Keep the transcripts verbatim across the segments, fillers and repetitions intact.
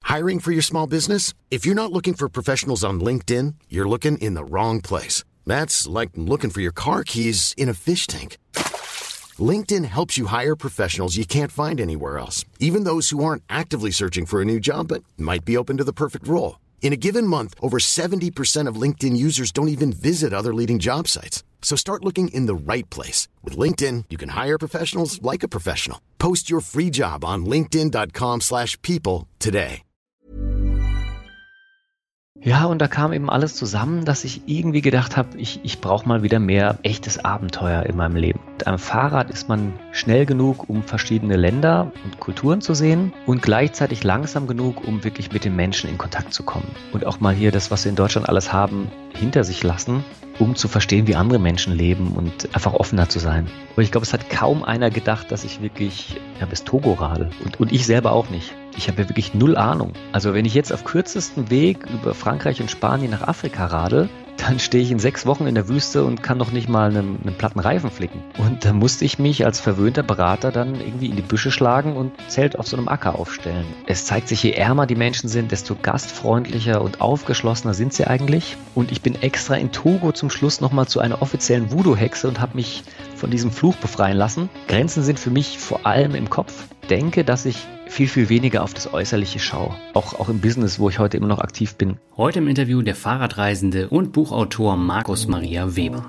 Hiring for your small business? If you're not looking for professionals on LinkedIn, you're looking in the wrong place. That's like looking for your car keys in a fish tank. LinkedIn helps you hire professionals you can't find anywhere else, even those who aren't actively searching for a new job but might be open to the perfect role. In a given month, over seventy percent of LinkedIn users don't even visit other leading job sites. So start looking in the right place. With LinkedIn, you can hire professionals like a professional. Post your free job on linkedin dot com slash people today. Ja, und da kam eben alles zusammen, dass ich irgendwie gedacht habe, ich, ich brauche mal wieder mehr echtes Abenteuer in meinem Leben. Mit einem Fahrrad ist man schnell genug, um verschiedene Länder und Kulturen zu sehen und gleichzeitig langsam genug, um wirklich mit den Menschen in Kontakt zu kommen. Und auch mal hier das, was wir in Deutschland alles haben, hinter sich lassen, um zu verstehen, wie andere Menschen leben und einfach offener zu sein. Aber ich glaube, es hat kaum einer gedacht, dass ich wirklich ja, bis Togo radel. Und, und ich selber auch nicht. Ich habe ja wirklich null Ahnung. Also wenn ich jetzt auf kürzestem Weg über Frankreich und Spanien nach Afrika radel, dann stehe ich in sechs Wochen in der Wüste und kann noch nicht mal einen, einen platten Reifen flicken. Und da musste ich mich als verwöhnter Berater dann irgendwie in die Büsche schlagen und Zelt auf so einem Acker aufstellen. Es zeigt sich, je ärmer die Menschen sind, desto gastfreundlicher und aufgeschlossener sind sie eigentlich. Und ich bin extra in Togo zum Schluss nochmal zu einer offiziellen Voodoo-Hexe und habe mich von diesem Fluch befreien lassen. Grenzen sind für mich vor allem im Kopf. Ich denke, dass ich viel, viel weniger auf das Äußerliche schaue. Auch, auch im Business, wo ich heute immer noch aktiv bin. Heute im Interview der Fahrradreisende und Buchautor Markus Maria Weber.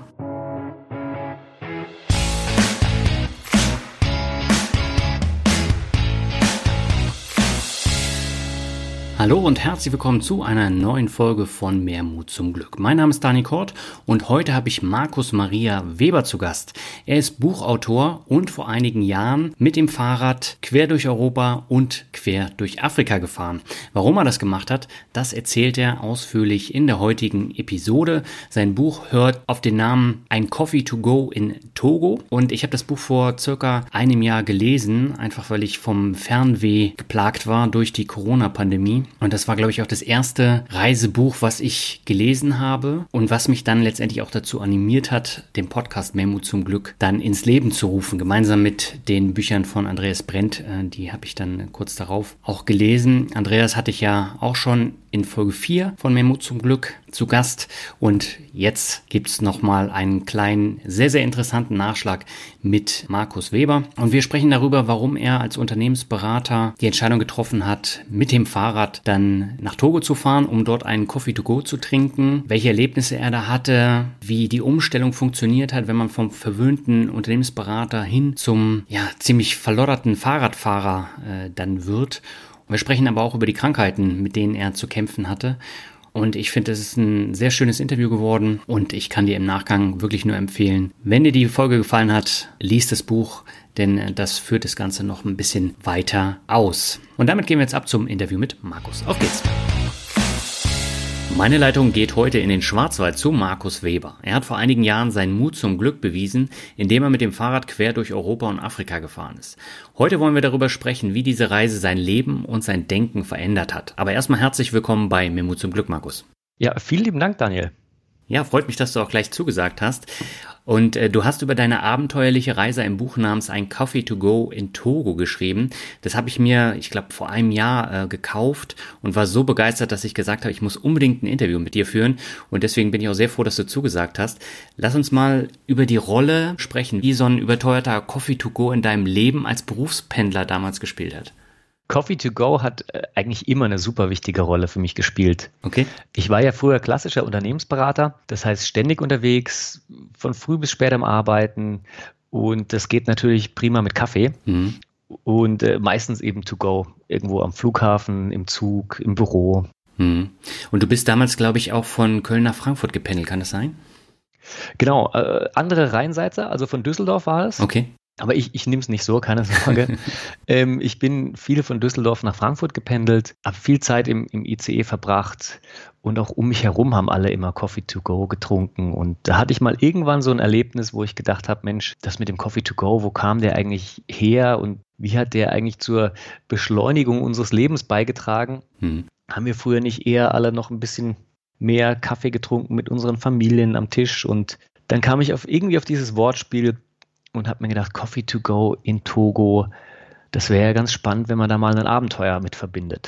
Hallo und herzlich willkommen zu einer neuen Folge von Mehr Mut zum Glück. Mein Name ist Dani Kort und heute habe ich Markus Maria Weber zu Gast. Er ist Buchautor und vor einigen Jahren mit dem Fahrrad quer durch Europa und quer durch Afrika gefahren. Warum er das gemacht hat, das erzählt er ausführlich in der heutigen Episode. Sein Buch hört auf den Namen Ein Coffee to go in Togo und ich habe das Buch vor circa einem Jahr gelesen, einfach weil ich vom Fernweh geplagt war durch die Corona-Pandemie. Und das war, glaube ich, auch das erste Reisebuch, was ich gelesen habe und was mich dann letztendlich auch dazu animiert hat, den Podcast Mehr Mut zum Glück dann ins Leben zu rufen, gemeinsam mit den Büchern von Andreas Brent. Die habe ich dann kurz darauf auch gelesen. Andreas hatte ich ja auch schon in Folge vier von Mehr Mut zum Glück zu Gast und jetzt gibt es nochmal einen kleinen, sehr, sehr interessanten Nachschlag mit Markus Weber und wir sprechen darüber, warum er als Unternehmensberater die Entscheidung getroffen hat, mit dem Fahrrad dann nach Togo zu fahren, um dort einen Coffee to go zu trinken, welche Erlebnisse er da hatte, wie die Umstellung funktioniert hat, wenn man vom verwöhnten Unternehmensberater hin zum ja ziemlich verlodderten Fahrradfahrer äh, dann wird. Wir sprechen aber auch über die Krankheiten, mit denen er zu kämpfen hatte. Und ich finde, es ist ein sehr schönes Interview geworden und ich kann dir im Nachgang wirklich nur empfehlen, wenn dir die Folge gefallen hat, lies das Buch, denn das führt das Ganze noch ein bisschen weiter aus. Und damit gehen wir jetzt ab zum Interview mit Markus. Auf geht's! Meine Leitung geht heute in den Schwarzwald zu Markus Weber. Er hat vor einigen Jahren seinen Mut zum Glück bewiesen, indem er mit dem Fahrrad quer durch Europa und Afrika gefahren ist. Heute wollen wir darüber sprechen, wie diese Reise sein Leben und sein Denken verändert hat. Aber erstmal herzlich willkommen bei Mehr Mut zum Glück, Markus. Ja, vielen lieben Dank, Daniel. Ja, freut mich, dass du auch gleich zugesagt hast. Und äh, du hast über deine abenteuerliche Reise ein Buch namens Ein Coffee to go in Togo geschrieben. Das habe ich mir, ich glaube, vor einem Jahr äh, gekauft und war so begeistert, dass ich gesagt habe, ich muss unbedingt ein Interview mit dir führen. Und deswegen bin ich auch sehr froh, dass du zugesagt hast. Lass uns mal über die Rolle sprechen, wie so ein überteuerter Coffee to go in deinem Leben als Berufspendler damals gespielt hat. Coffee to go hat äh, eigentlich immer eine super wichtige Rolle für mich gespielt. Okay. Ich war ja früher klassischer Unternehmensberater, das heißt ständig unterwegs, von früh bis spät am Arbeiten und das geht natürlich prima mit Kaffee mhm. und äh, meistens eben to go, irgendwo am Flughafen, im Zug, im Büro. Mhm. Und du bist damals, glaube ich, auch von Köln nach Frankfurt gependelt, kann das sein? Genau, äh, andere Rheinseite, also von Düsseldorf war es. Okay. Aber ich, ich nehme es nicht so, keine Sorge. ähm, ich bin viel von Düsseldorf nach Frankfurt gependelt, habe viel Zeit im, im I C E verbracht und auch um mich herum haben alle immer Coffee to go getrunken. Und da hatte ich mal irgendwann so ein Erlebnis, wo ich gedacht habe, Mensch, das mit dem Coffee to go, wo kam der eigentlich her und wie hat der eigentlich zur Beschleunigung unseres Lebens beigetragen? Hm. Haben wir früher nicht eher alle noch ein bisschen mehr Kaffee getrunken mit unseren Familien am Tisch? Und dann kam ich auf irgendwie auf dieses Wortspiel und habe mir gedacht, Coffee to go in Togo, das wäre ja ganz spannend, wenn man da mal ein Abenteuer mit verbindet.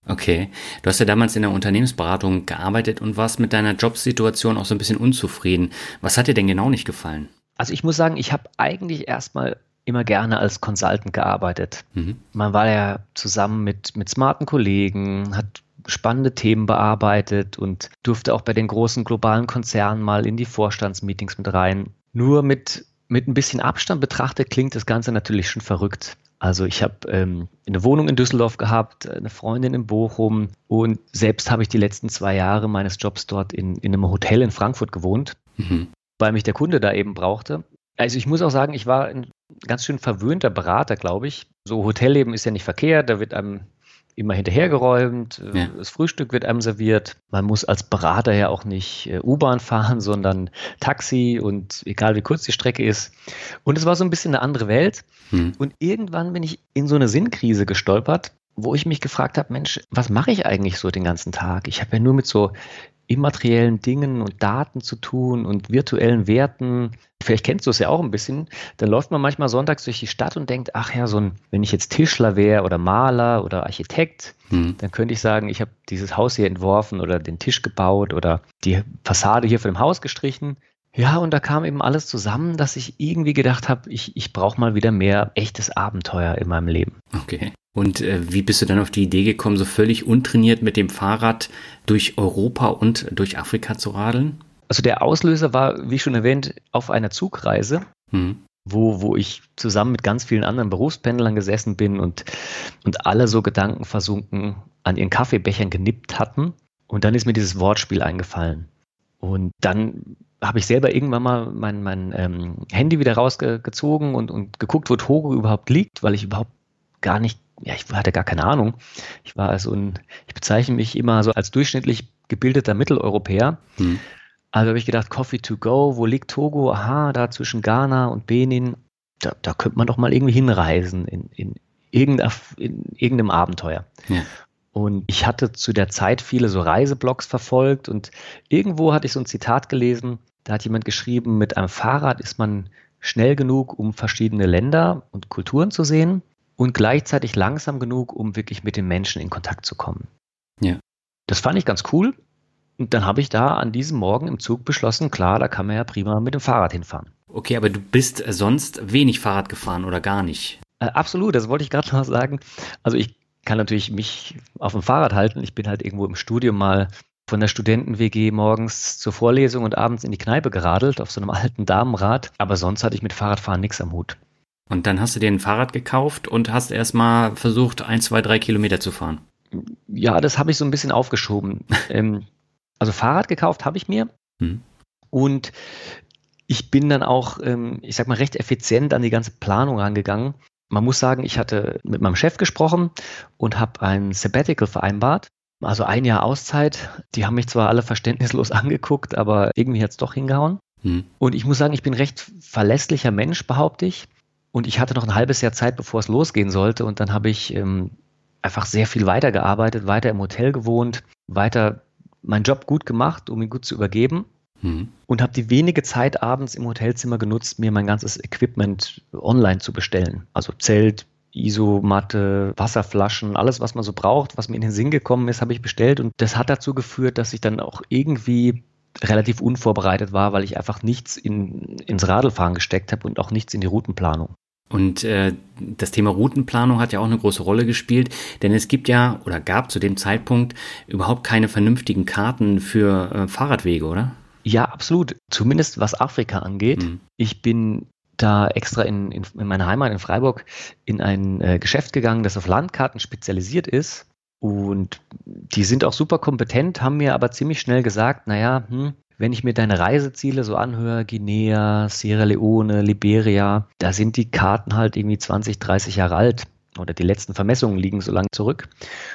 Okay. Du hast ja damals in der Unternehmensberatung gearbeitet und warst mit deiner Jobsituation auch so ein bisschen unzufrieden. Was hat dir denn genau nicht gefallen? Also ich muss sagen, ich habe eigentlich erstmal immer gerne als Consultant gearbeitet. Mhm. Man war ja zusammen mit, mit smarten Kollegen, hat spannende Themen bearbeitet und durfte auch bei den großen globalen Konzernen mal in die Vorstandsmeetings mit rein. Nur mit, mit ein bisschen Abstand betrachtet klingt das Ganze natürlich schon verrückt. Also ich habe ähm, eine Wohnung in Düsseldorf gehabt, eine Freundin in Bochum und selbst habe ich die letzten zwei Jahre meines Jobs dort in, in einem Hotel in Frankfurt gewohnt, Mhm. weil mich der Kunde da eben brauchte. Also ich muss auch sagen, ich war ein ganz schön verwöhnter Berater, glaube ich. So Hotelleben ist ja nicht verkehrt, da wird einem immer hinterhergeräumt, Ja. das Frühstück wird einem serviert. Man muss als Berater ja auch nicht äh, U-Bahn fahren, sondern Taxi und egal wie kurz die Strecke ist. Und es war so ein bisschen eine andere Welt. Mhm. Und irgendwann bin ich in so eine Sinnkrise gestolpert, wo ich mich gefragt habe, Mensch, was mache ich eigentlich so den ganzen Tag? Ich habe ja nur mit so immateriellen Dingen und Daten zu tun und virtuellen Werten. Vielleicht kennst du es ja auch ein bisschen. Dann läuft man manchmal sonntags durch die Stadt und denkt, ach ja, so ein, wenn ich jetzt Tischler wäre oder Maler oder Architekt, Mhm. dann könnte ich sagen, ich habe dieses Haus hier entworfen oder den Tisch gebaut oder die Fassade hier von dem Haus gestrichen. Ja, und da kam eben alles zusammen, dass ich irgendwie gedacht habe, ich, ich brauche mal wieder mehr echtes Abenteuer in meinem Leben. Okay. Und äh, wie bist du dann auf die Idee gekommen, so völlig untrainiert mit dem Fahrrad durch Europa und durch Afrika zu radeln? Also der Auslöser war, wie schon erwähnt, auf einer Zugreise, Mhm. wo, wo ich zusammen mit ganz vielen anderen Berufspendlern gesessen bin und, und alle so gedankenversunken an ihren Kaffeebechern genippt hatten. Und dann ist mir dieses Wortspiel eingefallen. Und dann habe ich selber irgendwann mal mein, mein ähm, Handy wieder rausgezogen und, und geguckt, wo Togo überhaupt liegt, weil ich überhaupt gar nicht, ja, ich hatte gar keine Ahnung. Ich war also ein, ich bezeichne mich immer so als durchschnittlich gebildeter Mitteleuropäer. Mhm. Also habe ich gedacht, Coffee to go, wo liegt Togo? Aha, da zwischen Ghana und Benin. Da, da könnte man doch mal irgendwie hinreisen in, in, irgendein, in irgendeinem Abenteuer. Ja. Und ich hatte zu der Zeit viele so Reiseblogs verfolgt und irgendwo hatte ich so ein Zitat gelesen, da hat jemand geschrieben, mit einem Fahrrad ist man schnell genug, um verschiedene Länder und Kulturen zu sehen und gleichzeitig langsam genug, um wirklich mit den Menschen in Kontakt zu kommen. Ja. Das fand ich ganz cool. Und dann habe ich da an diesem Morgen im Zug beschlossen, klar, da kann man ja prima mit dem Fahrrad hinfahren. Okay, aber du bist äh, sonst wenig Fahrrad gefahren oder gar nicht? Äh, absolut, das wollte ich gerade noch sagen. Also ich kann natürlich mich auf dem Fahrrad halten. Ich bin halt irgendwo im Studium mal von der Studenten-W G morgens zur Vorlesung und abends in die Kneipe geradelt auf so einem alten Damenrad. Aber sonst hatte ich mit Fahrradfahren nichts am Hut. Und dann hast du dir ein Fahrrad gekauft und hast erstmal versucht, ein, zwei, drei Kilometer zu fahren. Ja, das habe ich so ein bisschen aufgeschoben. ähm, also Fahrrad gekauft habe ich mir. Hm. Und ich bin dann auch, ähm, ich sag mal, recht effizient an die ganze Planung rangegangen. Man muss sagen, ich hatte mit meinem Chef gesprochen und habe ein Sabbatical vereinbart. Also ein Jahr Auszeit. Die haben mich zwar alle verständnislos angeguckt, aber irgendwie hat es doch hingehauen. Hm. Und ich muss sagen, ich bin recht verlässlicher Mensch, behaupte ich. Und ich hatte noch ein halbes Jahr Zeit, bevor es losgehen sollte. Und dann habe ich ähm, einfach sehr viel weitergearbeitet, weiter im Hotel gewohnt, weiter meinen Job gut gemacht, um ihn gut zu übergeben. Hm. Und habe die wenige Zeit abends im Hotelzimmer genutzt, mir mein ganzes Equipment online zu bestellen. Also Zelt, Isomatte, Wasserflaschen, alles, was man so braucht, was mir in den Sinn gekommen ist, habe ich bestellt. Und das hat dazu geführt, dass ich dann auch irgendwie relativ unvorbereitet war, weil ich einfach nichts in, ins Radlfahren gesteckt habe und auch nichts in die Routenplanung. Und äh, das Thema Routenplanung hat ja auch eine große Rolle gespielt, denn es gibt ja oder gab zu dem Zeitpunkt überhaupt keine vernünftigen Karten für äh, Fahrradwege, oder? Ja, absolut. Zumindest was Afrika angeht. Mhm. Ich bin da extra in, in, in meiner Heimat in Freiburg in ein äh, Geschäft gegangen, das auf Landkarten spezialisiert ist. Und die sind auch super kompetent, haben mir aber ziemlich schnell gesagt, naja, hm, wenn ich mir deine Reiseziele so anhöre, Guinea, Sierra Leone, Liberia, da sind die Karten halt irgendwie zwanzig, dreißig Jahre alt oder die letzten Vermessungen liegen so lange zurück.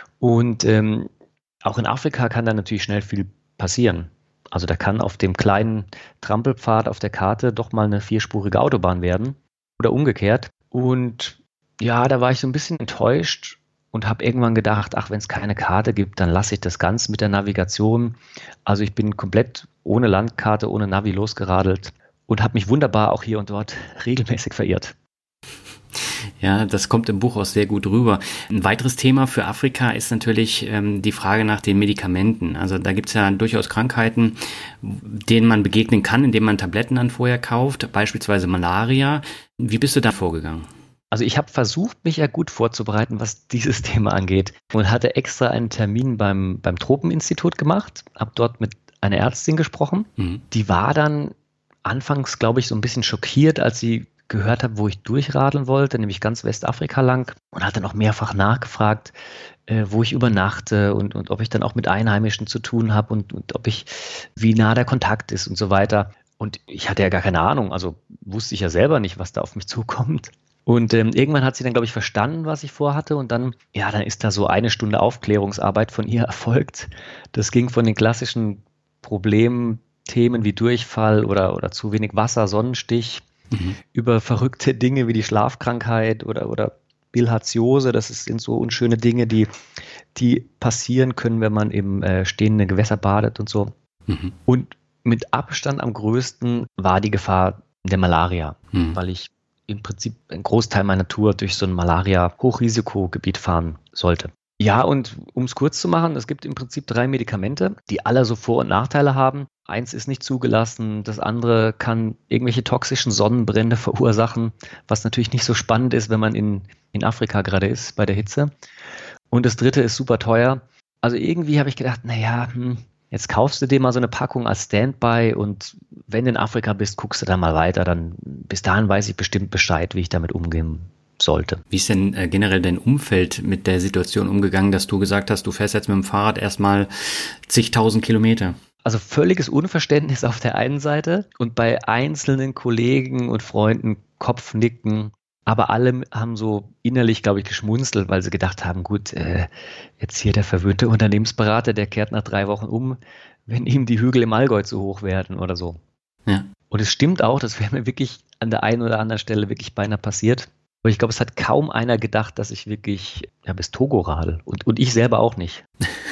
Und ähm, auch in Afrika kann da natürlich schnell viel passieren. Also da kann auf dem kleinen Trampelpfad auf der Karte doch mal eine vierspurige Autobahn werden oder umgekehrt. Und ja, da war ich so ein bisschen enttäuscht und habe irgendwann gedacht, ach, wenn es keine Karte gibt, dann lasse ich das ganz mit der Navigation. Also ich bin komplett ohne Landkarte, ohne Navi losgeradelt und habe mich wunderbar auch hier und dort regelmäßig verirrt. Ja, das kommt im Buch auch sehr gut rüber. Ein weiteres Thema für Afrika ist natürlich ähm, die Frage nach den Medikamenten. Also da gibt es ja durchaus Krankheiten, denen man begegnen kann, indem man Tabletten dann vorher kauft, beispielsweise Malaria. Wie bist du da vorgegangen? Also ich habe versucht, mich ja gut vorzubereiten, was dieses Thema angeht und hatte extra einen Termin beim, beim Tropeninstitut gemacht, habe dort mit einer Ärztin gesprochen. Mhm. Die war dann anfangs, glaube ich, so ein bisschen schockiert, als sie gehört habe, wo ich durchradeln wollte, nämlich ganz Westafrika lang, und hat dann auch mehrfach nachgefragt, äh, wo ich übernachte und, und ob ich dann auch mit Einheimischen zu tun habe und, und ob ich, wie nah der Kontakt ist und so weiter. Und ich hatte ja gar keine Ahnung, also wusste ich ja selber nicht, was da auf mich zukommt. Und ähm, irgendwann hat sie dann, glaube ich, verstanden, was ich vorhatte, und dann, ja, dann ist da so eine Stunde Aufklärungsarbeit von ihr erfolgt. Das ging von den klassischen Problemthemen wie Durchfall oder, oder zu wenig Wasser, Sonnenstich, Mhm. über verrückte Dinge wie die Schlafkrankheit oder, oder Bilharziose. Das sind so unschöne Dinge, die, die passieren können, wenn man im äh, stehenden Gewässer badet und so. Mhm. Und mit Abstand am größten war die Gefahr der Malaria, mhm. weil ich im Prinzip einen Großteil meiner Tour durch so ein Malaria-Hochrisikogebiet fahren sollte. Ja, und um es kurz zu machen, es gibt im Prinzip drei Medikamente, die alle so Vor- und Nachteile haben. Eins ist nicht zugelassen, das andere kann irgendwelche toxischen Sonnenbrände verursachen, was natürlich nicht so spannend ist, wenn man in, in Afrika gerade ist, bei der Hitze. Und das dritte ist super teuer. Also irgendwie habe ich gedacht, naja, hm, jetzt kaufst du dir mal so eine Packung als Standby, und wenn du in Afrika bist, guckst du dann mal weiter. Dann bis dahin weiß ich bestimmt Bescheid, wie ich damit umgehen sollte. Wie ist denn äh, generell dein Umfeld mit der Situation umgegangen, dass du gesagt hast, du fährst jetzt mit dem Fahrrad erstmal zigtausend Kilometer? Also völliges Unverständnis auf der einen Seite und bei einzelnen Kollegen und Freunden Kopfnicken. Aber alle haben so innerlich, glaube ich, geschmunzelt, weil sie gedacht haben, gut, äh, jetzt hier der verwöhnte Unternehmensberater, der kehrt nach drei Wochen um, wenn ihm die Hügel im Allgäu zu hoch werden oder so. Ja. Und es stimmt auch, das wäre mir wirklich an der einen oder anderen Stelle wirklich beinahe passiert. Aber ich glaube, es hat kaum einer gedacht, dass ich wirklich ja, bis Togo radel. Und, und ich selber auch nicht.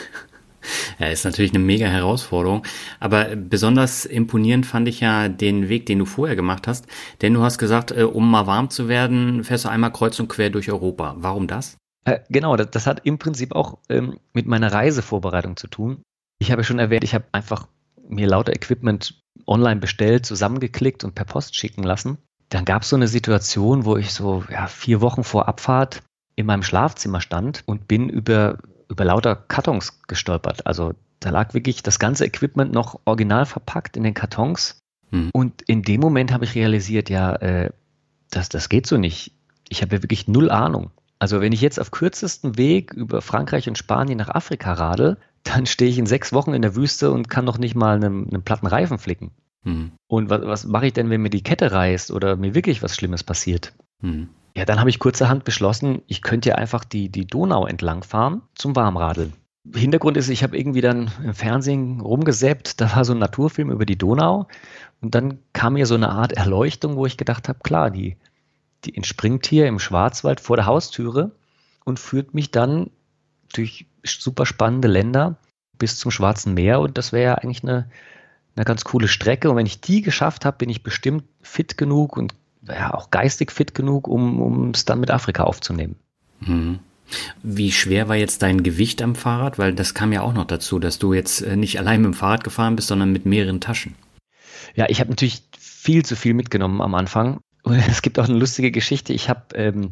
Ja, ist natürlich eine mega Herausforderung. Aber besonders imponierend fand ich ja den Weg, den du vorher gemacht hast. Denn du hast gesagt, um mal warm zu werden, fährst du einmal kreuz und quer durch Europa. Warum das? Äh, genau, das, das hat im Prinzip auch ähm, mit meiner Reisevorbereitung zu tun. Ich habe schon erwähnt, ich habe einfach mir lauter Equipment online bestellt, zusammengeklickt und per Post schicken lassen. Dann gab es so eine Situation, wo ich so ja, vier Wochen vor Abfahrt in meinem Schlafzimmer stand und bin über, über lauter Kartons gestolpert. Also da lag wirklich das ganze Equipment noch original verpackt in den Kartons. Hm. Und in dem Moment habe ich realisiert, ja, äh, das, das geht so nicht. Ich habe ja wirklich null Ahnung. Also wenn ich jetzt auf kürzestem Weg über Frankreich und Spanien nach Afrika radel, dann stehe ich in sechs Wochen in der Wüste und kann noch nicht mal einen, einen platten Reifen flicken. Hm. Und was, was mache ich denn, wenn mir die Kette reißt oder mir wirklich was Schlimmes passiert? Hm. Ja, dann habe ich kurzerhand beschlossen, ich könnte ja einfach die, die Donau entlang fahren zum Warmradeln. Hintergrund ist, ich habe irgendwie dann im Fernsehen rumgesäppt, da war so ein Naturfilm über die Donau, und dann kam mir so eine Art Erleuchtung, wo ich gedacht habe, klar, die, die entspringt hier im Schwarzwald vor der Haustüre und führt mich dann durch super spannende Länder bis zum Schwarzen Meer, und das wäre ja eigentlich eine Eine ganz coole Strecke, und wenn ich die geschafft habe, bin ich bestimmt fit genug und ja, auch geistig fit genug, um es dann mit Afrika aufzunehmen. Mhm. Wie schwer war jetzt dein Gewicht am Fahrrad? Weil das kam ja auch noch dazu, dass du jetzt nicht allein mit dem Fahrrad gefahren bist, sondern mit mehreren Taschen. Ja, ich habe natürlich viel zu viel mitgenommen am Anfang. Und es gibt auch eine lustige Geschichte. Ich habe, ähm,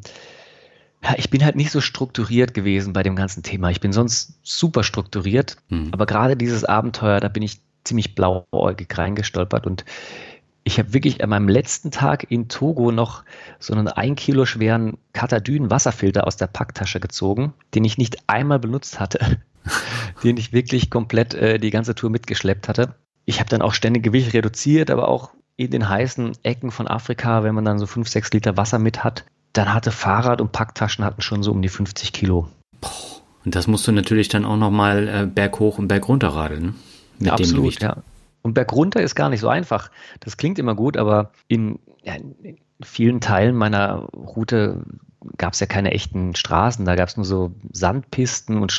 ja, ich bin halt nicht so strukturiert gewesen bei dem ganzen Thema. Ich bin sonst super strukturiert, mhm. aber gerade dieses Abenteuer, da bin ich ziemlich blauäugig reingestolpert, und ich habe wirklich an meinem letzten Tag in Togo noch so einen ein Kilo schweren Katadyn-Wasserfilter aus der Packtasche gezogen, den ich nicht einmal benutzt hatte, den ich wirklich komplett äh, die ganze Tour mitgeschleppt hatte. Ich habe dann auch ständig Gewicht reduziert, aber auch in den heißen Ecken von Afrika, wenn man dann so fünf, sechs Liter Wasser mit hat, dann hatte Fahrrad und Packtaschen hatten schon so um die fünfzig Kilo. Boah, und das musst du natürlich dann auch nochmal äh, berghoch und bergunter radeln, ne? Mit ja, dem absolut, Gewicht. Ja. Und bergunter ist gar nicht so einfach. Das klingt immer gut, aber in, ja, in vielen Teilen meiner Route gab es ja keine echten Straßen. Da gab es nur so Sandpisten und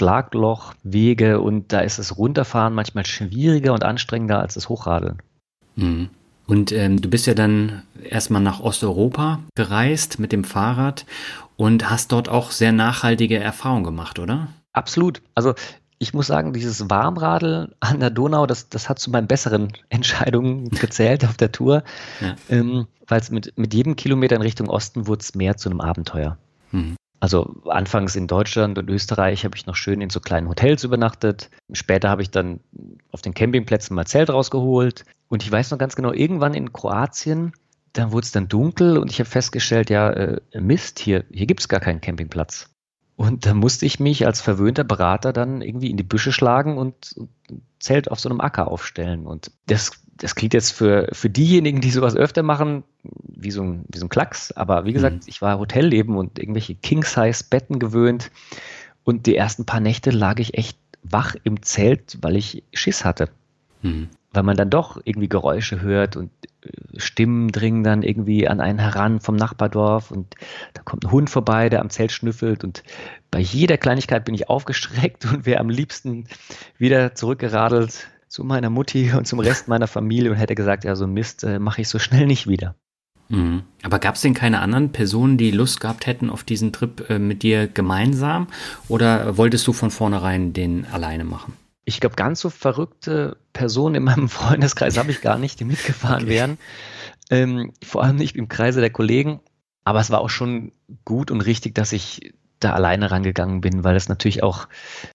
Schlaglochwege, und da ist das Runterfahren manchmal schwieriger und anstrengender als das Hochradeln. Mhm. Und ähm, du bist ja dann erstmal nach Osteuropa gereist mit dem Fahrrad und hast dort auch sehr nachhaltige Erfahrungen gemacht, oder? Absolut. Also ich muss sagen, dieses Warmradl an der Donau, das, das hat zu meinen besseren Entscheidungen gezählt auf der Tour, Ja. ähm, weil es mit, mit jedem Kilometer in Richtung Osten wurde es mehr zu einem Abenteuer. Mhm. Also anfangs in Deutschland und Österreich habe ich noch schön in so kleinen Hotels übernachtet. Später habe ich dann auf den Campingplätzen mal Zelt rausgeholt. Und ich weiß noch ganz genau, irgendwann in Kroatien, dann wurde es dann dunkel und ich habe festgestellt, ja, äh, Mist, hier, hier gibt es gar keinen Campingplatz. Und da musste ich mich als verwöhnter Berater dann irgendwie in die Büsche schlagen und, und ein Zelt auf so einem Acker aufstellen. Und das, das klingt jetzt für, für diejenigen, die sowas öfter machen, wie so ein, wie so ein Klacks. Aber wie gesagt, mhm. ich war Hotelleben und irgendwelche King-Size-Betten gewöhnt. Und die ersten paar Nächte lag ich echt wach im Zelt, weil ich Schiss hatte. Mhm. Weil man dann doch irgendwie Geräusche hört und Stimmen dringen dann irgendwie an einen heran vom Nachbardorf und da kommt ein Hund vorbei, der am Zelt schnüffelt und bei jeder Kleinigkeit bin ich aufgeschreckt und wäre am liebsten wieder zurückgeradelt zu meiner Mutti und zum Rest meiner Familie und hätte gesagt, ja, so Mist äh, mache ich so schnell nicht wieder. Mhm. Aber gab es denn keine anderen Personen, die Lust gehabt hätten auf diesen Trip äh, mit dir gemeinsam oder wolltest du von vornherein den alleine machen? Ich glaube, ganz so verrückte Personen in meinem Freundeskreis habe ich gar nicht, die mitgefahren okay. wären. Ähm, vor allem nicht im Kreise der Kollegen. Aber es war auch schon gut und richtig, dass ich da alleine rangegangen bin, weil es natürlich auch,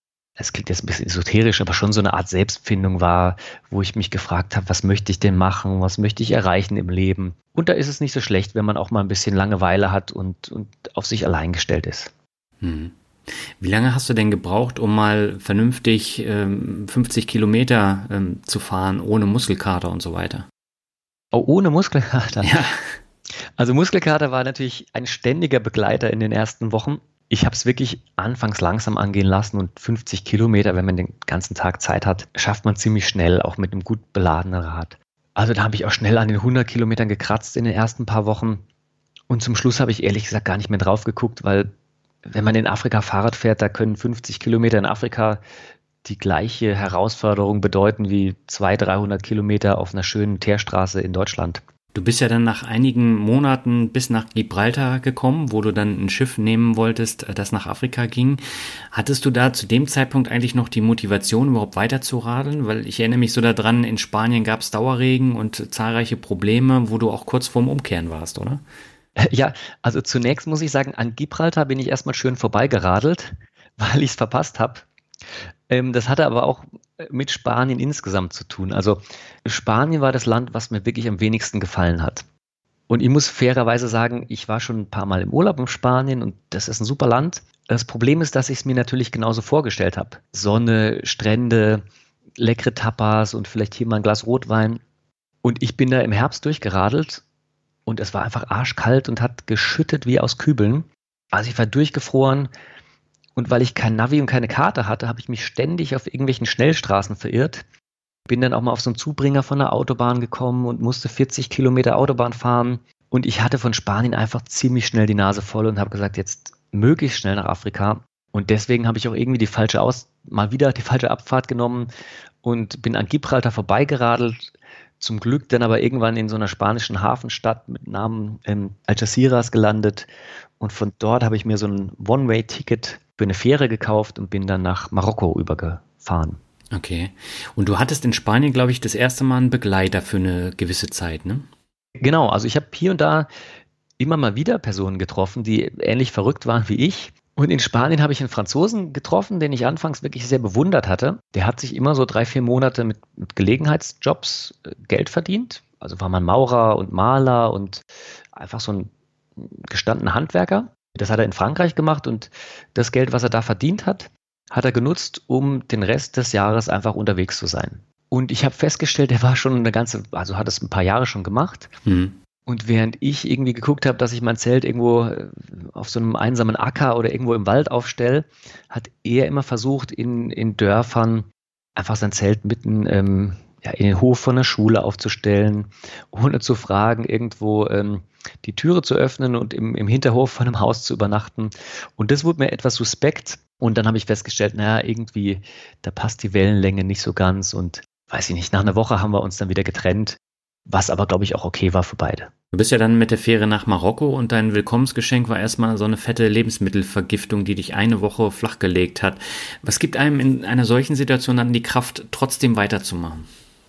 es klingt jetzt ein bisschen esoterisch, aber schon so eine Art Selbstfindung war, wo ich mich gefragt habe, was möchte ich denn machen, was möchte ich erreichen im Leben. Und da ist es nicht so schlecht, wenn man auch mal ein bisschen Langeweile hat und, und auf sich allein gestellt ist. Hm. Wie lange hast du denn gebraucht, um mal vernünftig ähm, fünfzig Kilometer ähm, zu fahren, ohne Muskelkater und so weiter? Oh, ohne Muskelkater? Ja. Also Muskelkater war natürlich ein ständiger Begleiter in den ersten Wochen. Ich habe es wirklich anfangs langsam angehen lassen und fünfzig Kilometer, wenn man den ganzen Tag Zeit hat, schafft man ziemlich schnell, auch mit einem gut beladenen Rad. Also da habe ich auch schnell an den hundert Kilometern gekratzt in den ersten paar Wochen. Und zum Schluss habe ich ehrlich gesagt gar nicht mehr drauf geguckt, weil wenn man in Afrika Fahrrad fährt, da können fünfzig Kilometer in Afrika die gleiche Herausforderung bedeuten wie zweihundert, dreihundert Kilometer auf einer schönen Teerstraße in Deutschland. Du bist ja dann nach einigen Monaten bis nach Gibraltar gekommen, wo du dann ein Schiff nehmen wolltest, das nach Afrika ging. Hattest du da zu dem Zeitpunkt eigentlich noch die Motivation, überhaupt weiter zu radeln? Weil ich erinnere mich so daran, in Spanien gab es Dauerregen und zahlreiche Probleme, wo du auch kurz vorm Umkehren warst, oder? Ja, also zunächst muss ich sagen, an Gibraltar bin ich erstmal schön vorbeigeradelt, weil ich es verpasst habe. Ähm, das hatte aber auch mit Spanien insgesamt zu tun. Also Spanien war das Land, was mir wirklich am wenigsten gefallen hat. Und ich muss fairerweise sagen, ich war schon ein paar Mal im Urlaub in Spanien und das ist ein super Land. Das Problem ist, dass ich es mir natürlich genauso vorgestellt habe. Sonne, Strände, leckere Tapas und vielleicht hier mal ein Glas Rotwein. Und ich bin da im Herbst durchgeradelt. Und es war einfach arschkalt und hat geschüttet wie aus Kübeln. Also ich war durchgefroren und weil ich kein Navi und keine Karte hatte, habe ich mich ständig auf irgendwelchen Schnellstraßen verirrt. Bin dann auch mal auf so einen Zubringer von der Autobahn gekommen und musste vierzig Kilometer Autobahn fahren. Und ich hatte von Spanien einfach ziemlich schnell die Nase voll und habe gesagt, jetzt möglichst schnell nach Afrika. Und deswegen habe ich auch irgendwie die falsche Aus, mal wieder die falsche Abfahrt genommen und bin an Gibraltar vorbeigeradelt. Zum Glück dann aber irgendwann in so einer spanischen Hafenstadt mit Namen ähm, Algeciras gelandet und von dort habe ich mir so ein One-Way-Ticket für eine Fähre gekauft und bin dann nach Marokko übergefahren. Okay. Und du hattest in Spanien, glaube ich, das erste Mal einen Begleiter für eine gewisse Zeit, ne? Genau, also ich habe hier und da immer mal wieder Personen getroffen, die ähnlich verrückt waren wie ich. Und in Spanien habe ich einen Franzosen getroffen, den ich anfangs wirklich sehr bewundert hatte. Der hat sich immer so drei, vier Monate mit, mit Gelegenheitsjobs äh, Geld verdient. Also war man Maurer und Maler und einfach so ein gestandener Handwerker. Das hat er in Frankreich gemacht und das Geld, was er da verdient hat, hat er genutzt, um den Rest des Jahres einfach unterwegs zu sein. Und ich habe festgestellt, er war schon eine ganze, also hat es ein paar Jahre schon gemacht. Mhm. Und während ich irgendwie geguckt habe, dass ich mein Zelt irgendwo auf so einem einsamen Acker oder irgendwo im Wald aufstelle, hat er immer versucht, in, in Dörfern einfach sein Zelt mitten ähm, ja, in den Hof von der Schule aufzustellen, ohne zu fragen, irgendwo ähm, die Türe zu öffnen und im, im Hinterhof von einem Haus zu übernachten. Und das wurde mir etwas suspekt. Und dann habe ich festgestellt, naja, irgendwie, da passt die Wellenlänge nicht so ganz. Und weiß ich nicht, nach einer Woche haben wir uns dann wieder getrennt. was aber, glaube ich, auch okay war für beide. Du bist ja dann mit der Fähre nach Marokko und dein Willkommensgeschenk war erstmal so eine fette Lebensmittelvergiftung, die dich eine Woche flachgelegt hat. Was gibt einem in einer solchen Situation dann die Kraft, trotzdem weiterzumachen?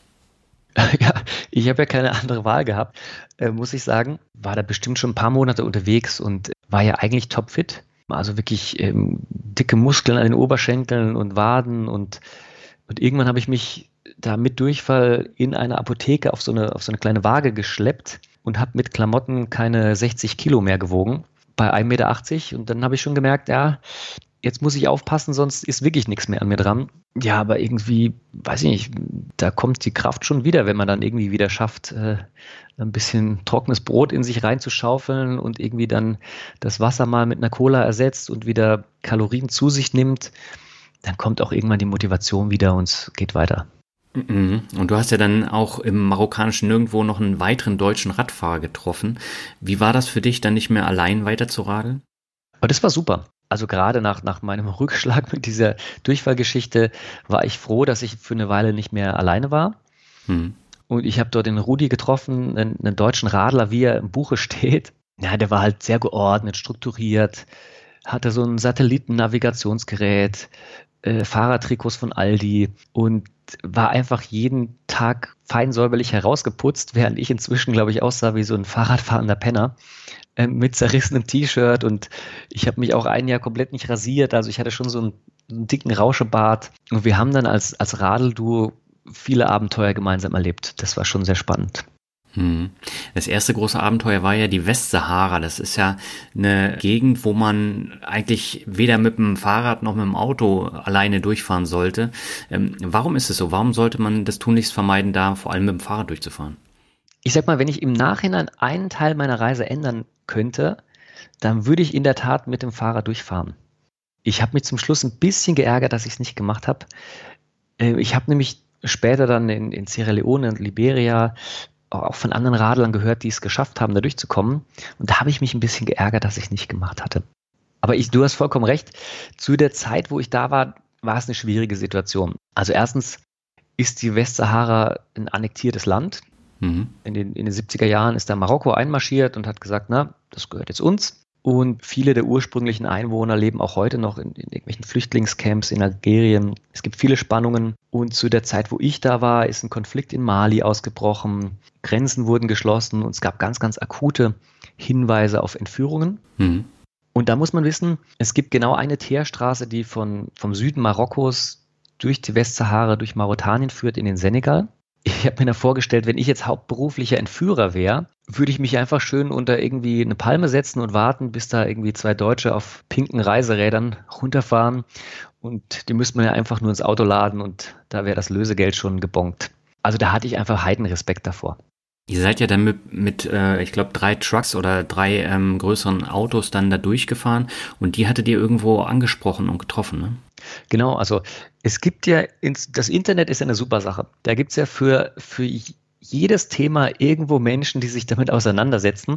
Ja, ich habe ja keine andere Wahl gehabt, äh, muss ich sagen. War da bestimmt schon ein paar Monate unterwegs und war ja eigentlich topfit. Also wirklich ähm, dicke Muskeln an den Oberschenkeln und Waden und, und irgendwann habe ich mich da mit Durchfall in eine Apotheke auf so eine, auf so eine kleine Waage geschleppt und habe mit Klamotten keine sechzig Kilo mehr gewogen, bei ein Meter achtzig. Und dann habe ich schon gemerkt, ja, jetzt muss ich aufpassen, sonst ist wirklich nichts mehr an mir dran. Ja, aber irgendwie, weiß ich nicht, da kommt die Kraft schon wieder, wenn man dann irgendwie wieder schafft, äh, ein bisschen trockenes Brot in sich reinzuschaufeln und irgendwie dann das Wasser mal mit einer Cola ersetzt und wieder Kalorien zu sich nimmt, dann kommt auch irgendwann die Motivation wieder und es geht weiter. Und du hast ja dann auch im marokkanischen Nirgendwo noch einen weiteren deutschen Radfahrer getroffen. Wie war das für dich, dann nicht mehr allein weiter zu radeln? Aber das war super. Also gerade nach, nach meinem Rückschlag mit dieser Durchfallgeschichte war ich froh, dass ich für eine Weile nicht mehr alleine war. Hm. Und ich habe dort den Rudi getroffen, einen, einen deutschen Radler, wie er im Buche steht. Ja, der war halt sehr geordnet, strukturiert, hatte so ein Satellitennavigationsgerät, äh, Fahrradtrikots von Aldi und war einfach jeden Tag fein säuberlich herausgeputzt, während ich inzwischen, glaube ich, aussah wie so ein Fahrradfahrender Penner äh, mit zerrissenem T-Shirt und ich habe mich auch ein Jahr komplett nicht rasiert, also ich hatte schon so einen, einen dicken Rauschebart und wir haben dann als, als Radelduo viele Abenteuer gemeinsam erlebt. Das war schon sehr spannend. Das erste große Abenteuer war ja die Westsahara. Das ist ja eine Gegend, wo man eigentlich weder mit dem Fahrrad noch mit dem Auto alleine durchfahren sollte. Ähm, warum ist es so? Warum sollte man das tunlichst vermeiden, da vor allem mit dem Fahrrad durchzufahren? Ich sag mal, wenn ich im Nachhinein einen Teil meiner Reise ändern könnte, dann würde ich in der Tat mit dem Fahrrad durchfahren. Ich habe mich zum Schluss ein bisschen geärgert, dass ich es nicht gemacht habe. Äh, ich habe nämlich später dann in, in Sierra Leone und Liberia auch von anderen Radlern gehört, die es geschafft haben, da durchzukommen. Und da habe ich mich ein bisschen geärgert, dass ich es nicht gemacht hatte. Aber ich, du hast vollkommen recht. Zu der Zeit, wo ich da war, war es eine schwierige Situation. Also erstens ist die Westsahara ein annektiertes Land. Mhm. In den, in den siebziger Jahren ist da Marokko einmarschiert und hat gesagt, na, das gehört jetzt uns. Und viele der ursprünglichen Einwohner leben auch heute noch in, in irgendwelchen Flüchtlingscamps in Algerien. Es gibt viele Spannungen. Und zu der Zeit, wo ich da war, ist ein Konflikt in Mali ausgebrochen. Grenzen wurden geschlossen und es gab ganz, ganz akute Hinweise auf Entführungen. Mhm. Und da muss man wissen, es gibt genau eine Teerstraße, die von, vom Süden Marokkos durch die Westsahara, durch Mauretanien führt in den Senegal. Ich habe mir da vorgestellt, wenn ich jetzt hauptberuflicher Entführer wäre, würde ich mich einfach schön unter irgendwie eine Palme setzen und warten, bis da irgendwie zwei Deutsche auf pinken Reiserädern runterfahren. Und die müsste man ja einfach nur ins Auto laden und da wäre das Lösegeld schon gebongt. Also da hatte ich einfach Heidenrespekt davor. Ihr seid ja dann mit, mit äh, ich glaube, drei Trucks oder drei ähm, größeren Autos dann da durchgefahren und die hattet ihr irgendwo angesprochen und getroffen, ne? Genau, also es gibt ja, ins, das Internet ist ja eine super Sache. Da gibt es ja für, für jedes Thema irgendwo Menschen, die sich damit auseinandersetzen.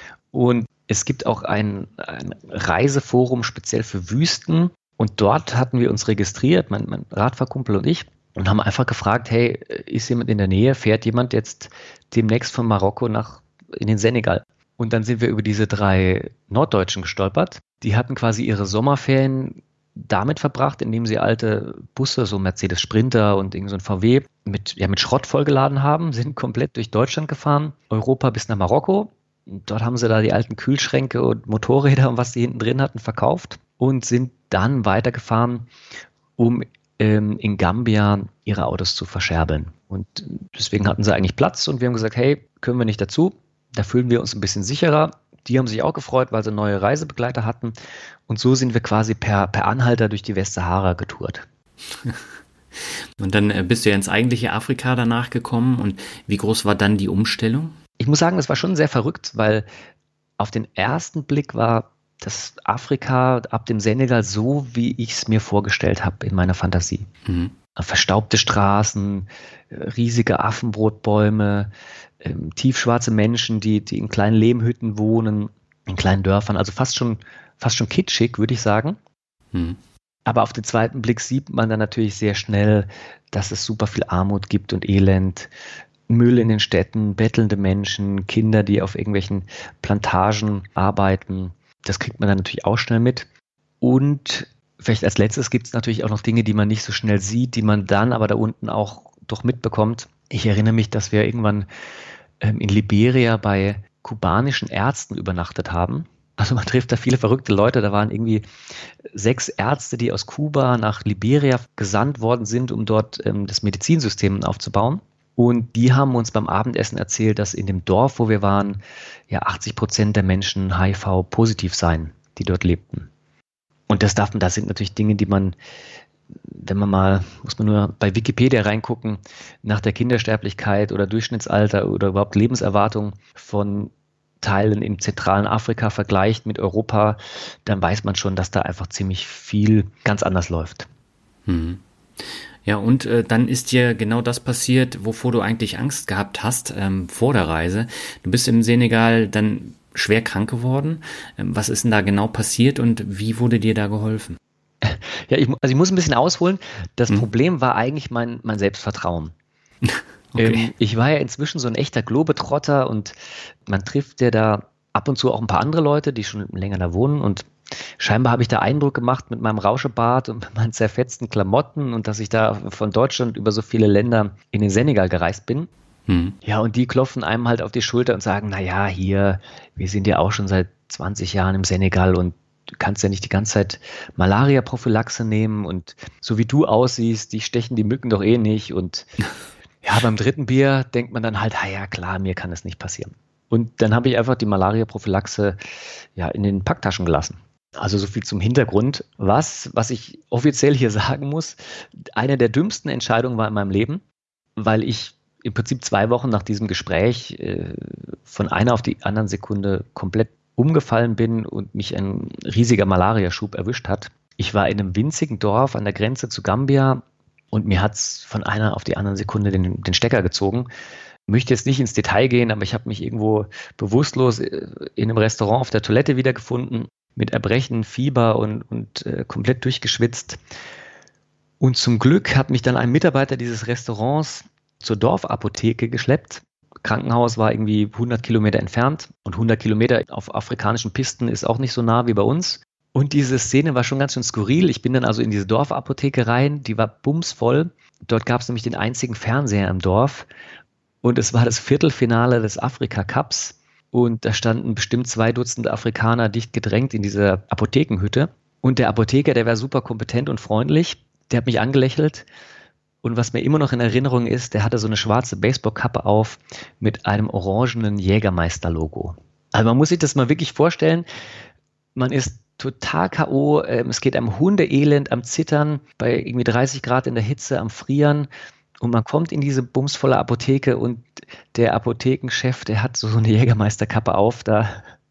Und es gibt auch ein, ein Reiseforum speziell für Wüsten. Und dort hatten wir uns registriert, mein, mein Radfahrkumpel und ich, und haben einfach gefragt, hey, ist jemand in der Nähe? Fährt jemand jetzt demnächst von Marokko nach in den Senegal? Und dann sind wir über diese drei Norddeutschen gestolpert. Die hatten quasi ihre Sommerferien damit verbracht, indem sie alte Busse, so Mercedes Sprinter und irgend so ein V W, mit, ja, mit Schrott vollgeladen haben, sind komplett durch Deutschland gefahren, Europa bis nach Marokko. Und dort haben sie da die alten Kühlschränke und Motorräder und was die hinten drin hatten, verkauft und sind dann weitergefahren, um ähm, in Gambia ihre Autos zu verscherbeln. Und deswegen hatten sie eigentlich Platz und wir haben gesagt, hey, können wir nicht dazu? Da fühlen wir uns ein bisschen sicherer. Die haben sich auch gefreut, weil sie neue Reisebegleiter hatten. Und so sind wir quasi per, per Anhalter durch die Westsahara getourt. Und dann bist du ja ins eigentliche Afrika danach gekommen. Und wie groß war dann die Umstellung? Ich muss sagen, das war schon sehr verrückt, weil auf den ersten Blick war das Afrika ab dem Senegal so, wie ich es mir vorgestellt habe in meiner Fantasie. Mhm. Verstaubte Straßen, riesige Affenbrotbäume, ähm, tiefschwarze Menschen, die, die in kleinen Lehmhütten wohnen, in kleinen Dörfern, also fast schon, fast schon kitschig, würde ich sagen. Hm. Aber auf den zweiten Blick sieht man dann natürlich sehr schnell, dass es super viel Armut gibt und Elend, Müll in den Städten, bettelnde Menschen, Kinder, die auf irgendwelchen Plantagen arbeiten. Das kriegt man dann natürlich auch schnell mit. Und vielleicht als letztes gibt es natürlich auch noch Dinge, die man nicht so schnell sieht, die man dann aber da unten auch doch mitbekommt. Ich erinnere mich, dass wir irgendwann ähm, in Liberia bei kubanischen Ärzten übernachtet haben. Also man trifft da viele verrückte Leute. Da waren irgendwie sechs Ärzte, die aus Kuba nach Liberia gesandt worden sind, um dort ähm, das Medizinsystem aufzubauen. Und die haben uns beim Abendessen erzählt, dass in dem Dorf, wo wir waren, ja achtzig Prozent der Menschen H I V-positiv seien, die dort lebten. Und das darf man, das sind natürlich Dinge, die man, wenn man mal, muss man nur bei Wikipedia reingucken, nach der Kindersterblichkeit oder Durchschnittsalter oder überhaupt Lebenserwartung von Teilen im zentralen Afrika vergleicht mit Europa, dann weiß man schon, dass da einfach ziemlich viel ganz anders läuft. Hm. Ja, und äh, dann ist dir genau das passiert, wovor du eigentlich Angst gehabt hast ähm, vor der Reise. Du bist im Senegal dann schwer krank geworden. Ähm, was ist denn da genau passiert und wie wurde dir da geholfen? Ja, ich, also ich muss ein bisschen ausholen. Das hm. Problem war eigentlich mein, mein Selbstvertrauen. Okay. Ähm, ich war ja inzwischen so ein echter Globetrotter und man trifft ja da ab und zu auch ein paar andere Leute, die schon länger da wohnen und scheinbar habe ich da Eindruck gemacht mit meinem Rauschebart und mit meinen zerfetzten Klamotten und dass ich da von Deutschland über so viele Länder in den Senegal gereist bin. Hm. Ja, und die klopfen einem halt auf die Schulter und sagen, naja, hier, wir sind ja auch schon seit zwanzig Jahren im Senegal und du kannst ja nicht die ganze Zeit Malaria-Prophylaxe nehmen und so wie du aussiehst, die stechen die Mücken doch eh nicht und ja, beim dritten Bier denkt man dann halt, ah ja klar, mir kann das nicht passieren. Und dann habe ich einfach die Malaria-Prophylaxe ja, in den Packtaschen gelassen. Also so viel zum Hintergrund. Was, was ich offiziell hier sagen muss, eine der dümmsten Entscheidungen war in meinem Leben, weil ich im Prinzip zwei Wochen nach diesem Gespräch äh, von einer auf die andere Sekunde komplett umgefallen bin und mich ein riesiger Malariaschub erwischt hat. Ich war in einem winzigen Dorf an der Grenze zu Gambia und mir hat es von einer auf die andere Sekunde den, den Stecker gezogen. Ich möchte jetzt nicht ins Detail gehen, aber ich habe mich irgendwo bewusstlos in einem Restaurant auf der Toilette wiedergefunden, mit Erbrechen, Fieber und, und äh, komplett durchgeschwitzt. Und zum Glück hat mich dann ein Mitarbeiter dieses Restaurants zur Dorfapotheke geschleppt. Krankenhaus war irgendwie hundert Kilometer entfernt und hundert Kilometer auf afrikanischen Pisten ist auch nicht so nah wie bei uns. Und diese Szene war schon ganz schön skurril. Ich bin dann also in diese Dorfapotheke rein, die war bumsvoll. Dort gab es nämlich den einzigen Fernseher im Dorf und es war das Viertelfinale des Afrika-Cups und da standen bestimmt zwei Dutzend Afrikaner dicht gedrängt in dieser Apothekenhütte. Und der Apotheker, der war super kompetent und freundlich, der hat mich angelächelt. Und was mir immer noch in Erinnerung ist, der hatte so eine schwarze Baseballkappe auf mit einem orangenen Jägermeister-Logo. Also man muss sich das mal wirklich vorstellen, man ist total K O, es geht einem Hundeelend, am Zittern, bei irgendwie dreißig Grad in der Hitze, am Frieren und man kommt in diese bumsvolle Apotheke und der Apothekenchef, der hat so eine Jägermeisterkappe auf, da,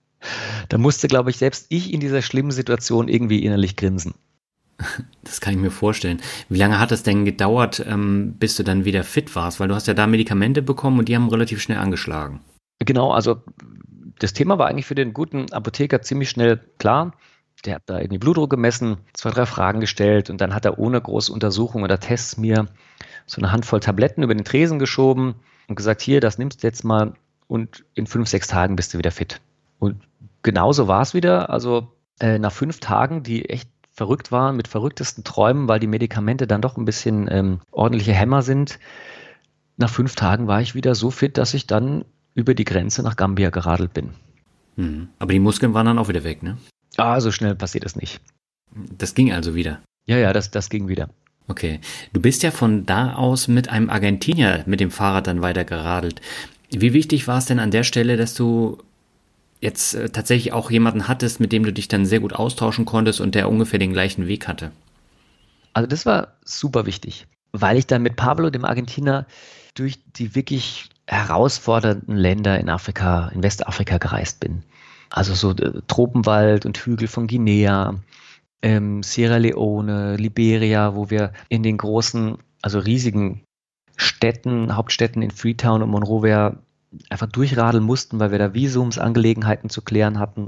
da musste, glaube ich, selbst ich in dieser schlimmen Situation irgendwie innerlich grinsen. Das kann ich mir vorstellen. Wie lange hat es denn gedauert, ähm, bis du dann wieder fit warst? Weil du hast ja da Medikamente bekommen und die haben relativ schnell angeschlagen. Genau, also das Thema war eigentlich für den guten Apotheker ziemlich schnell klar. Der hat da irgendwie Blutdruck gemessen, zwei, drei Fragen gestellt und dann hat er ohne große Untersuchung oder Tests mir so eine Handvoll Tabletten über den Tresen geschoben und gesagt, hier, das nimmst du jetzt mal und in fünf, sechs Tagen bist du wieder fit. Und genauso war es wieder. Also äh, nach fünf Tagen, die echt verrückt waren, mit verrücktesten Träumen, weil die Medikamente dann doch ein bisschen ähm, ordentliche Hämmer sind. Nach fünf Tagen war ich wieder so fit, dass ich dann über die Grenze nach Gambia geradelt bin. Hm. Aber die Muskeln waren dann auch wieder weg, ne? Ah, so schnell passiert es nicht. Das ging also wieder? Ja, ja, das, das ging wieder. Okay. Du bist ja von da aus mit einem Argentinier mit dem Fahrrad dann weiter geradelt. Wie wichtig war es denn an der Stelle, dass du jetzt äh, tatsächlich auch jemanden hattest, mit dem du dich dann sehr gut austauschen konntest und der ungefähr den gleichen Weg hatte? Also das war super wichtig, weil ich dann mit Pablo, dem Argentinier, durch die wirklich herausfordernden Länder in Afrika, in Westafrika gereist bin. Also so äh, Tropenwald und Hügel von Guinea, ähm, Sierra Leone, Liberia, wo wir in den großen, also riesigen Städten, Hauptstädten in Freetown und Monrovia einfach durchradeln mussten, weil wir da Visumsangelegenheiten zu klären hatten.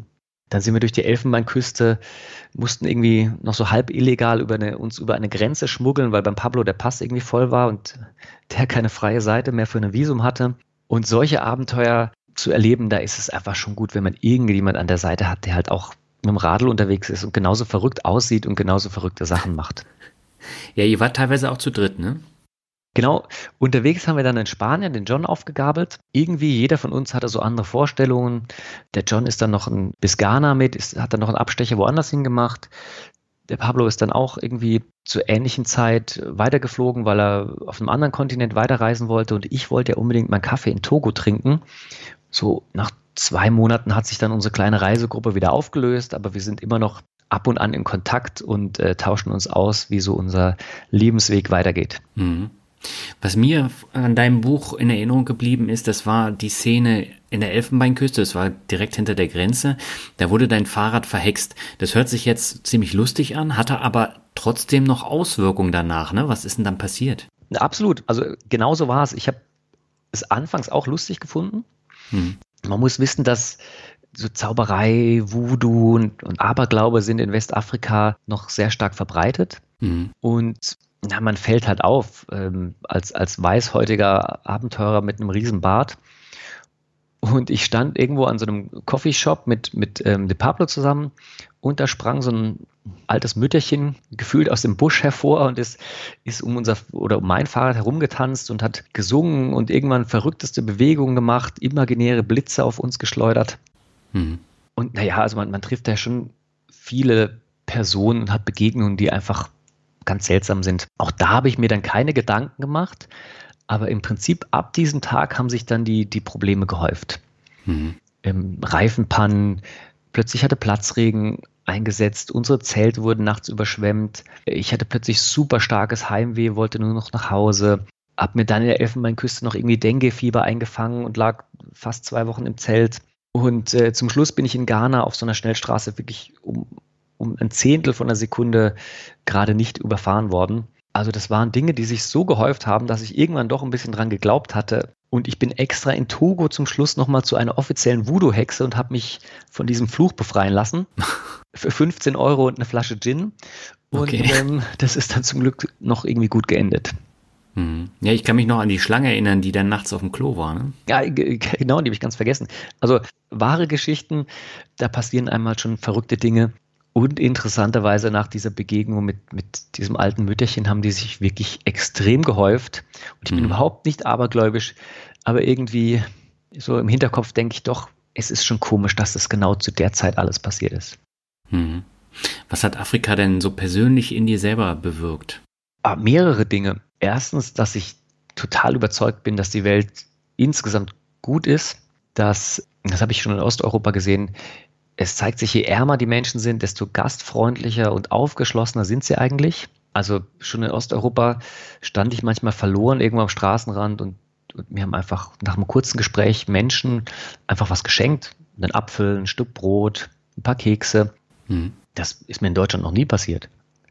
Dann sind wir durch die Elfenbeinküste, mussten irgendwie noch so halb illegal über eine, uns über eine Grenze schmuggeln, weil beim Pablo der Pass irgendwie voll war und der keine freie Seite mehr für ein Visum hatte. Und solche Abenteuer zu erleben, da ist es einfach schon gut, wenn man irgendjemand an der Seite hat, der halt auch mit dem Radl unterwegs ist und genauso verrückt aussieht und genauso verrückte Sachen macht. Ja, ihr wart teilweise auch zu dritt, ne? Genau, unterwegs haben wir dann in Spanien den John aufgegabelt. Irgendwie jeder von uns hatte so andere Vorstellungen. Der John ist dann noch ein, bis Ghana mit, ist, hat dann noch einen Abstecher woanders hingemacht. Der Pablo ist dann auch irgendwie zur ähnlichen Zeit weitergeflogen, weil er auf einem anderen Kontinent weiterreisen wollte. Und ich wollte ja unbedingt meinen Kaffee in Togo trinken. So nach zwei Monaten hat sich dann unsere kleine Reisegruppe wieder aufgelöst, aber wir sind immer noch ab und an in Kontakt und äh, tauschen uns aus, wie so unser Lebensweg weitergeht. Mhm. Was mir an deinem Buch in Erinnerung geblieben ist, das war die Szene in der Elfenbeinküste, das war direkt hinter der Grenze, da wurde dein Fahrrad verhext. Das hört sich jetzt ziemlich lustig an, hatte aber trotzdem noch Auswirkungen danach, ne? Was ist denn dann passiert? Absolut, also genauso war es. Ich habe es anfangs auch lustig gefunden. Hm. Man muss wissen, dass so Zauberei, Voodoo und, und Aberglaube sind in Westafrika noch sehr stark verbreitet. Hm. Und ja, man fällt halt auf, ähm, als, als weißhäutiger Abenteurer mit einem riesen Bart. Und ich stand irgendwo an so einem Coffeeshop mit, mit ähm, De Pablo zusammen und da sprang so ein altes Mütterchen gefühlt aus dem Busch hervor und ist, ist um unser oder um mein Fahrrad herumgetanzt und hat gesungen und irgendwann verrückteste Bewegungen gemacht, imaginäre Blitze auf uns geschleudert. Mhm. Und naja, also man, man trifft da schon viele Personen und hat Begegnungen, die einfach ganz seltsam sind. Auch da habe ich mir dann keine Gedanken gemacht, aber im Prinzip ab diesem Tag haben sich dann die, die Probleme gehäuft. Mhm. Ähm, Reifenpannen, plötzlich hatte Platzregen eingesetzt, unsere Zelte wurden nachts überschwemmt, ich hatte plötzlich super starkes Heimweh, wollte nur noch nach Hause, habe mir dann in der Elfenbeinküste noch irgendwie Dengue-Fieber eingefangen und lag fast zwei Wochen im Zelt. Und äh, zum Schluss bin ich in Ghana auf so einer Schnellstraße wirklich um um ein Zehntel von einer Sekunde gerade nicht überfahren worden. Also das waren Dinge, die sich so gehäuft haben, dass ich irgendwann doch ein bisschen dran geglaubt hatte. Und ich bin extra in Togo zum Schluss nochmal zu einer offiziellen Voodoo-Hexe und habe mich von diesem Fluch befreien lassen. Für fünfzehn Euro und eine Flasche Gin. Und okay. ähm, das ist dann zum Glück noch irgendwie gut geendet. Hm. Ja, ich kann mich noch an die Schlange erinnern, die dann nachts auf dem Klo war. Ne? Ja, g- genau, die habe ich ganz vergessen. Also wahre Geschichten, da passieren einmal schon verrückte Dinge. Und interessanterweise nach dieser Begegnung mit, mit diesem alten Mütterchen haben die sich wirklich extrem gehäuft. Und ich bin mhm. überhaupt nicht abergläubisch, aber irgendwie so im Hinterkopf denke ich doch, es ist schon komisch, dass das genau zu der Zeit alles passiert ist. Mhm. Was hat Afrika denn so persönlich in dir selber bewirkt? Ah, mehrere Dinge. Erstens, dass ich total überzeugt bin, dass die Welt insgesamt gut ist. Dass, das habe ich schon in Osteuropa gesehen, es zeigt sich, je ärmer die Menschen sind, desto gastfreundlicher und aufgeschlossener sind sie eigentlich. Also schon in Osteuropa stand ich manchmal verloren irgendwo am Straßenrand und, und mir haben einfach nach einem kurzen Gespräch Menschen einfach was geschenkt. Einen Apfel, ein Stück Brot, ein paar Kekse. Hm. Das ist mir in Deutschland noch nie passiert.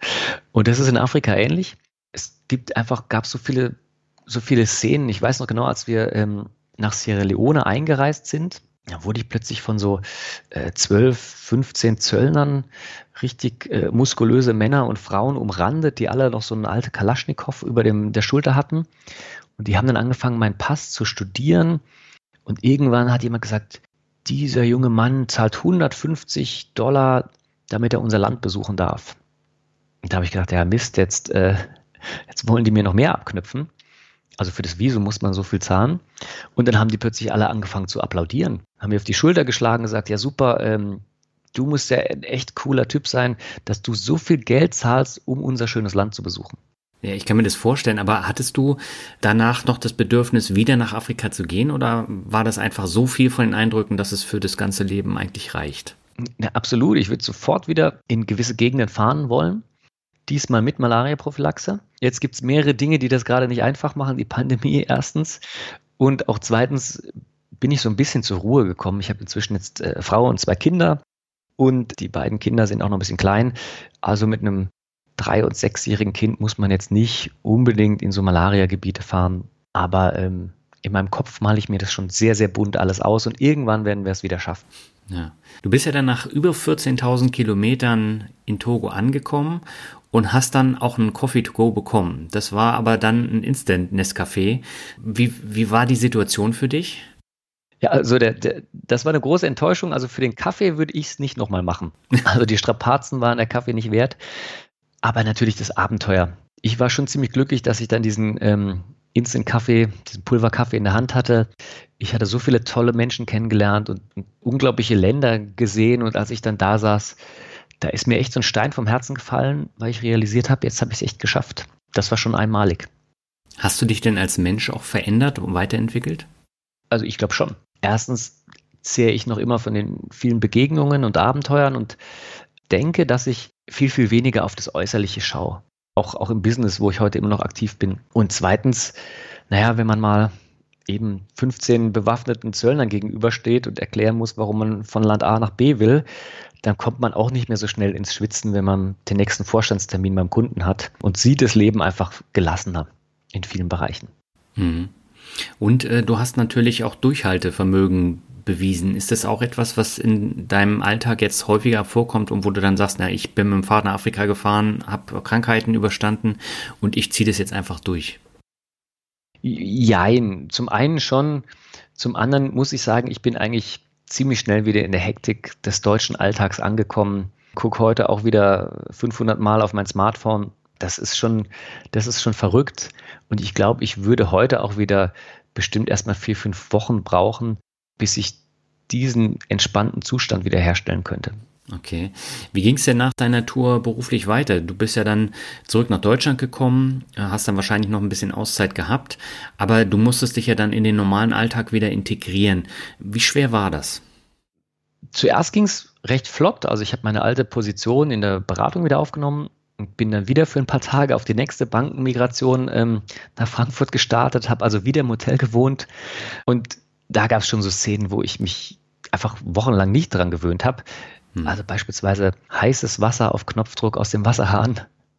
Und das ist in Afrika ähnlich. Es gibt einfach, gab so viele, so viele Szenen. Ich weiß noch genau, als wir ähm, nach Sierra Leone eingereist sind, da wurde ich plötzlich von so äh, zwölf, fünfzehn Zöllnern, richtig äh, muskulöse Männer und Frauen umrandet, die alle noch so eine alte Kalaschnikow über dem, der Schulter hatten. Und die haben dann angefangen, meinen Pass zu studieren. Und irgendwann hat jemand gesagt, dieser junge Mann zahlt hundertfünfzig Dollar, damit er unser Land besuchen darf. Und da habe ich gedacht, ja Mist, jetzt, äh, jetzt wollen die mir noch mehr abknüpfen. Also für das Visum muss man so viel zahlen. Und dann haben die plötzlich alle angefangen zu applaudieren. Haben mir auf die Schulter geschlagen und gesagt, ja super, ähm, du musst ja ein echt cooler Typ sein, dass du so viel Geld zahlst, um unser schönes Land zu besuchen. Ja, ich kann mir das vorstellen, aber hattest du danach noch das Bedürfnis, wieder nach Afrika zu gehen oder war das einfach so viel von den Eindrücken, dass es für das ganze Leben eigentlich reicht? Ja, absolut. Ich würde sofort wieder in gewisse Gegenden fahren wollen. Diesmal mit Malaria-Prophylaxe. Jetzt gibt es mehrere Dinge, die das gerade nicht einfach machen. Die Pandemie erstens und auch zweitens bin ich so ein bisschen zur Ruhe gekommen. Ich habe inzwischen jetzt äh, Frau und zwei Kinder und die beiden Kinder sind auch noch ein bisschen klein. Also mit einem drei- und sechsjährigen Kind muss man jetzt nicht unbedingt in so Malaria-Gebiete fahren. Aber ähm, in meinem Kopf male ich mir das schon sehr, sehr bunt alles aus und irgendwann werden wir es wieder schaffen. Ja. Du bist ja dann nach über vierzehntausend Kilometern in Togo angekommen und hast dann auch einen Coffee to go bekommen. Das war aber dann ein Instant-Nescafé. Wie, wie war die Situation für dich? Ja, also der, der, das war eine große Enttäuschung. Also für den Kaffee würde ich es nicht nochmal machen. Also die Strapazen waren der Kaffee nicht wert. Aber natürlich das Abenteuer. Ich war schon ziemlich glücklich, dass ich dann diesen ähm, Instant-Kaffee, diesen Pulverkaffee in der Hand hatte. Ich hatte so viele tolle Menschen kennengelernt und, und unglaubliche Länder gesehen. Und als ich dann da saß, da ist mir echt so ein Stein vom Herzen gefallen, weil ich realisiert habe, jetzt habe ich es echt geschafft. Das war schon einmalig. Hast du dich denn als Mensch auch verändert und weiterentwickelt? Also ich glaube schon. Erstens zehre ich noch immer von den vielen Begegnungen und Abenteuern und denke, dass ich viel, viel weniger auf das Äußerliche schaue. Auch, auch im Business, wo ich heute immer noch aktiv bin. Und zweitens, naja, wenn man mal eben fünfzehn bewaffneten Zöllnern gegenübersteht und erklären muss, warum man von Land A nach B will, dann kommt man auch nicht mehr so schnell ins Schwitzen, wenn man den nächsten Vorstandstermin beim Kunden hat und sieht das Leben einfach gelassener in vielen Bereichen. Mhm. Und äh, du hast natürlich auch Durchhaltevermögen bewiesen. Ist das auch etwas, was in deinem Alltag jetzt häufiger vorkommt und wo du dann sagst, na, ich bin mit dem Fahrrad nach Afrika gefahren, habe Krankheiten überstanden und ich ziehe das jetzt einfach durch? Jein, zum einen schon, zum anderen muss ich sagen, ich bin eigentlich ziemlich schnell wieder in der Hektik des deutschen Alltags angekommen. Gucke heute auch wieder fünfhundert Mal auf mein Smartphone. Das ist schon, das ist schon verrückt. Und ich glaube, ich würde heute auch wieder bestimmt erstmal vier, fünf Wochen brauchen, bis ich diesen entspannten Zustand wiederherstellen könnte. Okay. Wie ging es denn nach deiner Tour beruflich weiter? Du bist ja dann zurück nach Deutschland gekommen, hast dann wahrscheinlich noch ein bisschen Auszeit gehabt, aber du musstest dich ja dann in den normalen Alltag wieder integrieren. Wie schwer war das? Zuerst ging es recht flott. Also ich habe meine alte Position in der Beratung wieder aufgenommen und bin dann wieder für ein paar Tage auf die nächste Bankenmigration ähm, nach Frankfurt gestartet, habe also wieder im Hotel gewohnt und da gab es schon so Szenen, wo ich mich einfach wochenlang nicht dran gewöhnt habe. Hm. Also beispielsweise heißes Wasser auf Knopfdruck aus dem Wasserhahn.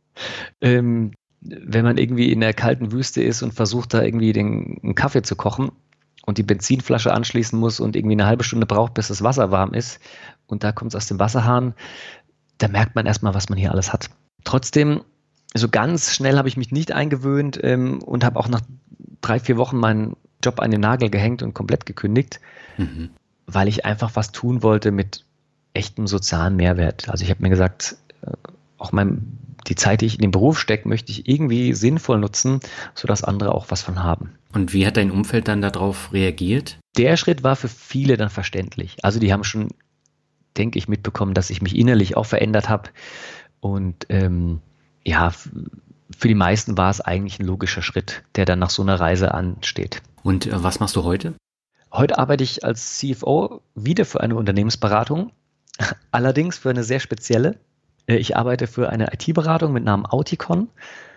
Ähm, wenn man irgendwie in der kalten Wüste ist und versucht da irgendwie den, einen Kaffee zu kochen und die Benzinflasche anschließen muss und irgendwie eine halbe Stunde braucht, bis das Wasser warm ist und da kommt es aus dem Wasserhahn, da merkt man erstmal, was man hier alles hat. Trotzdem, so ganz schnell habe ich mich nicht eingewöhnt ähm, und habe auch nach drei, vier Wochen meinen Job an den Nagel gehängt und komplett gekündigt, mhm. weil ich einfach was tun wollte mit echtem sozialen Mehrwert. Also ich habe mir gesagt, äh, auch mein, die Zeit, die ich in den Beruf stecke, möchte ich irgendwie sinnvoll nutzen, sodass andere auch was von haben. Und wie hat dein Umfeld dann darauf reagiert? Der Schritt war für viele dann verständlich. Also die haben schon, denke ich, mitbekommen, dass ich mich innerlich auch verändert habe. Und ähm, ja, für die meisten war es eigentlich ein logischer Schritt, der dann nach so einer Reise ansteht. Und äh, was machst du heute? Heute arbeite ich als C F O wieder für eine Unternehmensberatung, allerdings für eine sehr spezielle. Ich arbeite für eine I T-Beratung mit Namen Auticon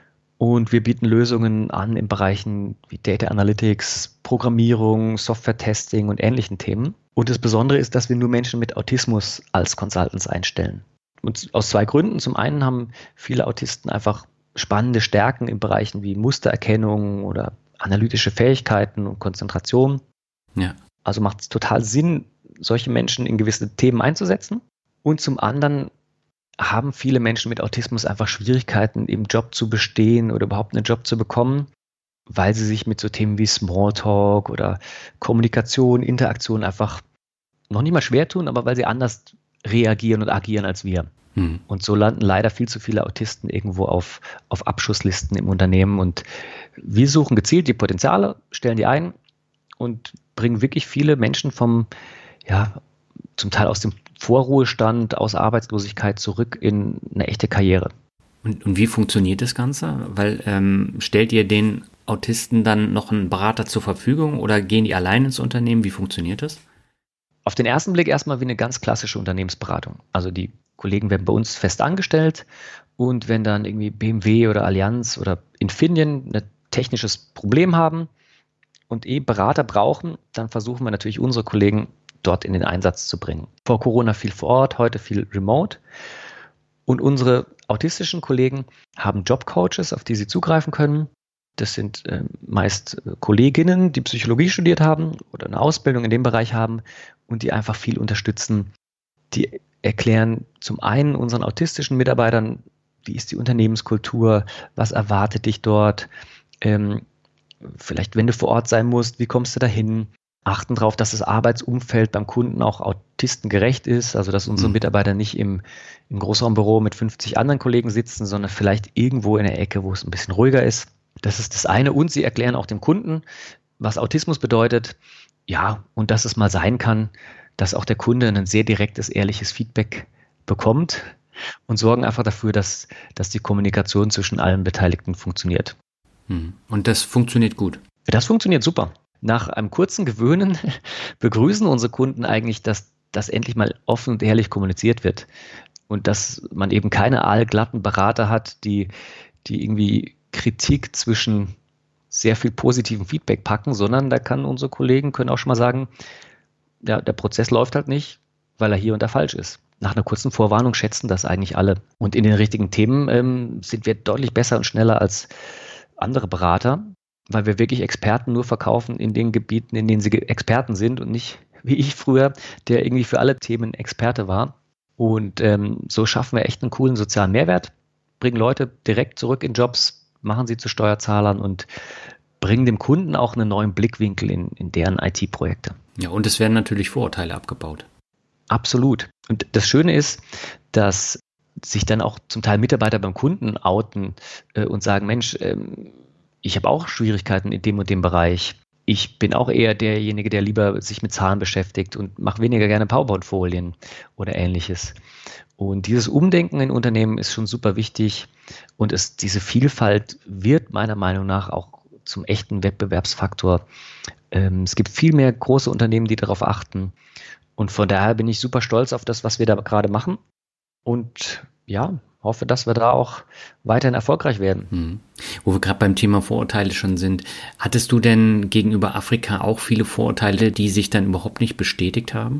und wir bieten Lösungen an in Bereichen wie Data Analytics, Programmierung, Software-Testing und ähnlichen Themen. Und das Besondere ist, dass wir nur Menschen mit Autismus als Consultants einstellen. Und aus zwei Gründen. Zum einen haben viele Autisten einfach spannende Stärken in Bereichen wie Mustererkennung oder analytische Fähigkeiten und Konzentration. Ja. Also macht es total Sinn, solche Menschen in gewisse Themen einzusetzen. Und zum anderen haben viele Menschen mit Autismus einfach Schwierigkeiten, im Job zu bestehen oder überhaupt einen Job zu bekommen, weil sie sich mit so Themen wie Smalltalk oder Kommunikation, Interaktion einfach noch nicht mal schwer tun, aber weil sie anders reagieren und agieren als wir. Hm. Und so landen leider viel zu viele Autisten irgendwo auf, auf Abschusslisten im Unternehmen. Und wir suchen gezielt die Potenziale, stellen die ein und bringen wirklich viele Menschen vom, ja, zum Teil aus dem Vorruhestand, aus Arbeitslosigkeit zurück in eine echte Karriere. Und, und wie funktioniert das Ganze? Weil ähm, stellt ihr den Autisten dann noch einen Berater zur Verfügung oder gehen die allein ins Unternehmen? Wie funktioniert das? Auf den ersten Blick erstmal wie eine ganz klassische Unternehmensberatung. Also die Kollegen werden bei uns fest angestellt und wenn dann irgendwie B M W oder Allianz oder Infineon ein technisches Problem haben und eh Berater brauchen, dann versuchen wir natürlich unsere Kollegen dort in den Einsatz zu bringen. Vor Corona viel vor Ort, heute viel remote. Und unsere autistischen Kollegen haben Jobcoaches, auf die sie zugreifen können. Das sind äh, meist äh, Kolleginnen, die Psychologie studiert haben oder eine Ausbildung in dem Bereich haben und die einfach viel unterstützen. Die erklären zum einen unseren autistischen Mitarbeitern, wie ist die Unternehmenskultur, was erwartet dich dort, ähm, vielleicht wenn du vor Ort sein musst, wie kommst du dahin, achten darauf, dass das Arbeitsumfeld beim Kunden auch autistengerecht ist, also dass unsere Mitarbeiter nicht im, im Großraumbüro mit fünfzig anderen Kollegen sitzen, sondern vielleicht irgendwo in der Ecke, wo es ein bisschen ruhiger ist. Das ist das eine. Und sie erklären auch dem Kunden, was Autismus bedeutet. Ja, und dass es mal sein kann, dass auch der Kunde ein sehr direktes, ehrliches Feedback bekommt und sorgen einfach dafür, dass, dass die Kommunikation zwischen allen Beteiligten funktioniert. Und das funktioniert gut? Das funktioniert super. Nach einem kurzen Gewöhnen begrüßen unsere Kunden eigentlich, dass das endlich mal offen und ehrlich kommuniziert wird und dass man eben keine aalglatten Berater hat, die, die irgendwie Kritik zwischen sehr viel positiven Feedback packen, sondern da kann unsere Kollegen können auch schon mal sagen, ja, der Prozess läuft halt nicht, weil er hier und da falsch ist. Nach einer kurzen Vorwarnung schätzen das eigentlich alle. Und in den richtigen Themen ähm, sind wir deutlich besser und schneller als andere Berater, weil wir wirklich Experten nur verkaufen in den Gebieten, in denen sie Experten sind und nicht wie ich früher, der irgendwie für alle Themen Experte war. Und ähm, so schaffen wir echt einen coolen sozialen Mehrwert, bringen Leute direkt zurück in Jobs, machen sie zu Steuerzahlern und bringen dem Kunden auch einen neuen Blickwinkel in, in deren I T-Projekte. Ja, und es werden natürlich Vorurteile abgebaut. Absolut. Und das Schöne ist, dass sich dann auch zum Teil Mitarbeiter beim Kunden outen äh, und sagen, Mensch, ähm, ich habe auch Schwierigkeiten in dem und dem Bereich. Ich bin auch eher derjenige, der lieber sich mit Zahlen beschäftigt und mache weniger gerne PowerPoint-Folien oder Ähnliches. Und dieses Umdenken in Unternehmen ist schon super wichtig und es, diese Vielfalt wird meiner Meinung nach auch zum echten Wettbewerbsfaktor. Ähm, es gibt viel mehr große Unternehmen, die darauf achten. Und von daher bin ich super stolz auf das, was wir da gerade machen. Und ja, hoffe, dass wir da auch weiterhin erfolgreich werden. Hm. Wo wir gerade beim Thema Vorurteile schon sind, hattest du denn gegenüber Afrika auch viele Vorurteile, die sich dann überhaupt nicht bestätigt haben?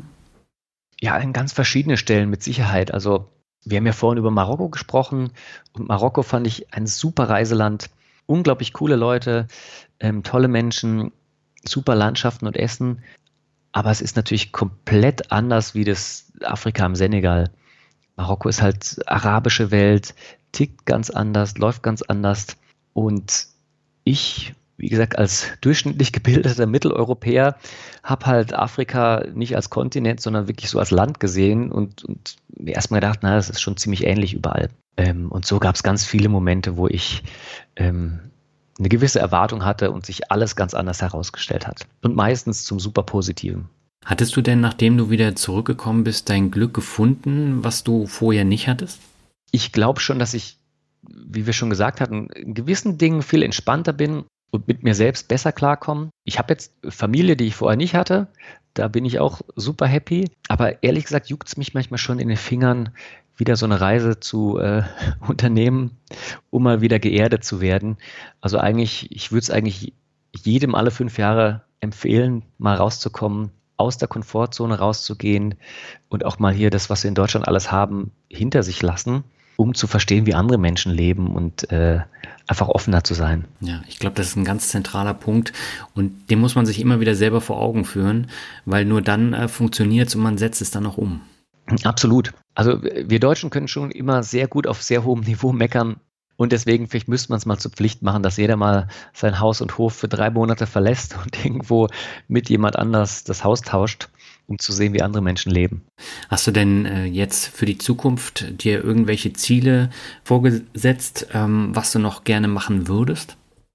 Ja, an ganz verschiedene Stellen mit Sicherheit. Also wir haben ja vorhin über Marokko gesprochen und Marokko fand ich ein super Reiseland. Unglaublich coole Leute, ähm, tolle Menschen, super Landschaften und Essen. Aber es ist natürlich komplett anders wie das Afrika im Senegal. Marokko ist halt arabische Welt, tickt ganz anders, läuft ganz anders. Und ich, wie gesagt, als durchschnittlich gebildeter Mitteleuropäer habe halt Afrika nicht als Kontinent, sondern wirklich so als Land gesehen und, und mir erstmal gedacht, na, das ist schon ziemlich ähnlich überall. Ähm, und so gab es ganz viele Momente, wo ich ähm, eine gewisse Erwartung hatte und sich alles ganz anders herausgestellt hat. Und meistens zum super Positiven. Hattest du denn, nachdem du wieder zurückgekommen bist, dein Glück gefunden, was du vorher nicht hattest? Ich glaube schon, dass ich, wie wir schon gesagt hatten, in gewissen Dingen viel entspannter bin und mit mir selbst besser klarkomme. Ich habe jetzt Familie, die ich vorher nicht hatte. Da bin ich auch super happy. Aber ehrlich gesagt juckt es mich manchmal schon in den Fingern, wieder so eine Reise zu äh, unternehmen, um mal wieder geerdet zu werden. Also eigentlich, ich würde es eigentlich jedem alle fünf Jahre empfehlen, mal rauszukommen, aus der Komfortzone rauszugehen und auch mal hier das, was wir in Deutschland alles haben, hinter sich lassen, um zu verstehen, wie andere Menschen leben und äh, einfach offener zu sein. Ja, ich glaube, das ist ein ganz zentraler Punkt und den muss man sich immer wieder selber vor Augen führen, weil nur dann äh, funktioniert es und man setzt es dann auch um. Absolut. Also wir Deutschen können schon immer sehr gut auf sehr hohem Niveau meckern. Und deswegen, vielleicht müsste man es mal zur Pflicht machen, dass jeder mal sein Haus und Hof für drei Monate verlässt und irgendwo mit jemand anders das Haus tauscht, um zu sehen, wie andere Menschen leben. Hast du denn äh, jetzt für die Zukunft dir irgendwelche Ziele vorgesetzt, ähm, was du noch gerne machen würdest?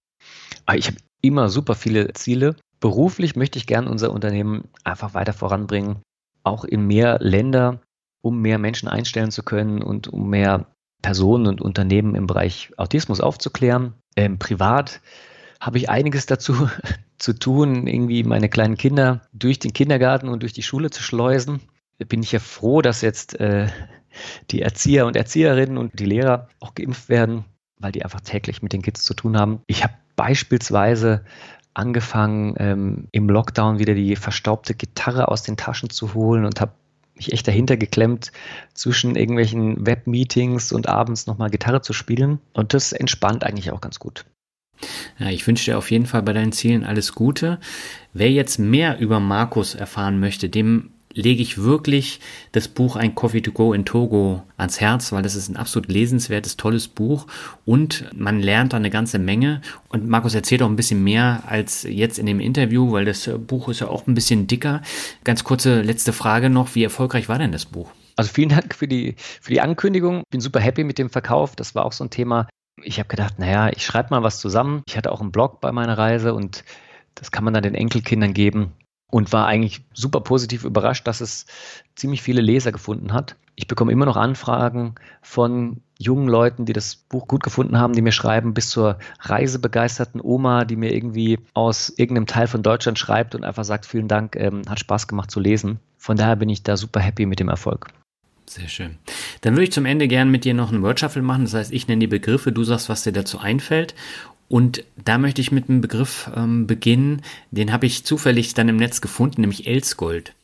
Ich habe immer super viele Ziele. Beruflich möchte ich gerne unser Unternehmen einfach weiter voranbringen, auch in mehr Länder, um mehr Menschen einstellen zu können und um mehr Personen und Unternehmen im Bereich Autismus aufzuklären. Ähm, privat habe ich einiges dazu zu tun, irgendwie meine kleinen Kinder durch den Kindergarten und durch die Schule zu schleusen. Da bin ich ja froh, dass jetzt äh, die Erzieher und Erzieherinnen und die Lehrer auch geimpft werden, weil die einfach täglich mit den Kids zu tun haben. Ich habe beispielsweise angefangen, ähm, im Lockdown wieder die verstaubte Gitarre aus den Taschen zu holen und habe mich echt dahinter geklemmt, zwischen irgendwelchen Webmeetings und abends nochmal Gitarre zu spielen. Und das entspannt eigentlich auch ganz gut. Ja, ich wünsche dir auf jeden Fall bei deinen Zielen alles Gute. Wer jetzt mehr über Markus erfahren möchte, dem lege ich wirklich das Buch Ein Coffee to Go in Togo ans Herz, weil das ist ein absolut lesenswertes, tolles Buch und man lernt da eine ganze Menge. Und Markus erzählt auch ein bisschen mehr als jetzt in dem Interview, weil das Buch ist ja auch ein bisschen dicker. Ganz kurze letzte Frage noch, wie erfolgreich war denn das Buch? Also vielen Dank für die, für die Ankündigung. Ich bin super happy mit dem Verkauf. Das war auch so ein Thema. Ich habe gedacht, naja, ich schreibe mal was zusammen. Ich hatte auch einen Blog bei meiner Reise und das kann man dann den Enkelkindern geben. Und war eigentlich super positiv überrascht, dass es ziemlich viele Leser gefunden hat. Ich bekomme immer noch Anfragen von jungen Leuten, die das Buch gut gefunden haben, die mir schreiben, bis zur reisebegeisterten Oma, die mir irgendwie aus irgendeinem Teil von Deutschland schreibt und einfach sagt, vielen Dank, ähm, hat Spaß gemacht zu lesen. Von daher bin ich da super happy mit dem Erfolg. Sehr schön. Dann würde ich zum Ende gerne mit dir noch einen Word-Shuffle machen. Das heißt, ich nenne die Begriffe, du sagst, was dir dazu einfällt. Und da möchte ich mit einem Begriff ähm, beginnen, den habe ich zufällig dann im Netz gefunden, nämlich Elsgold.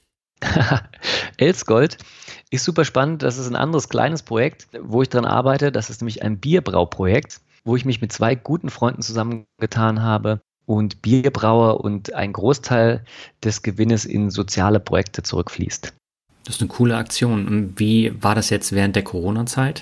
Elsgold ist super spannend. Das ist ein anderes kleines Projekt, wo ich dran arbeite. Das ist nämlich ein Bierbrauprojekt, wo ich mich mit zwei guten Freunden zusammengetan habe und Bier braue und ein Großteil des Gewinnes in soziale Projekte zurückfließt. Das ist eine coole Aktion. Und wie war das jetzt während der Corona-Zeit?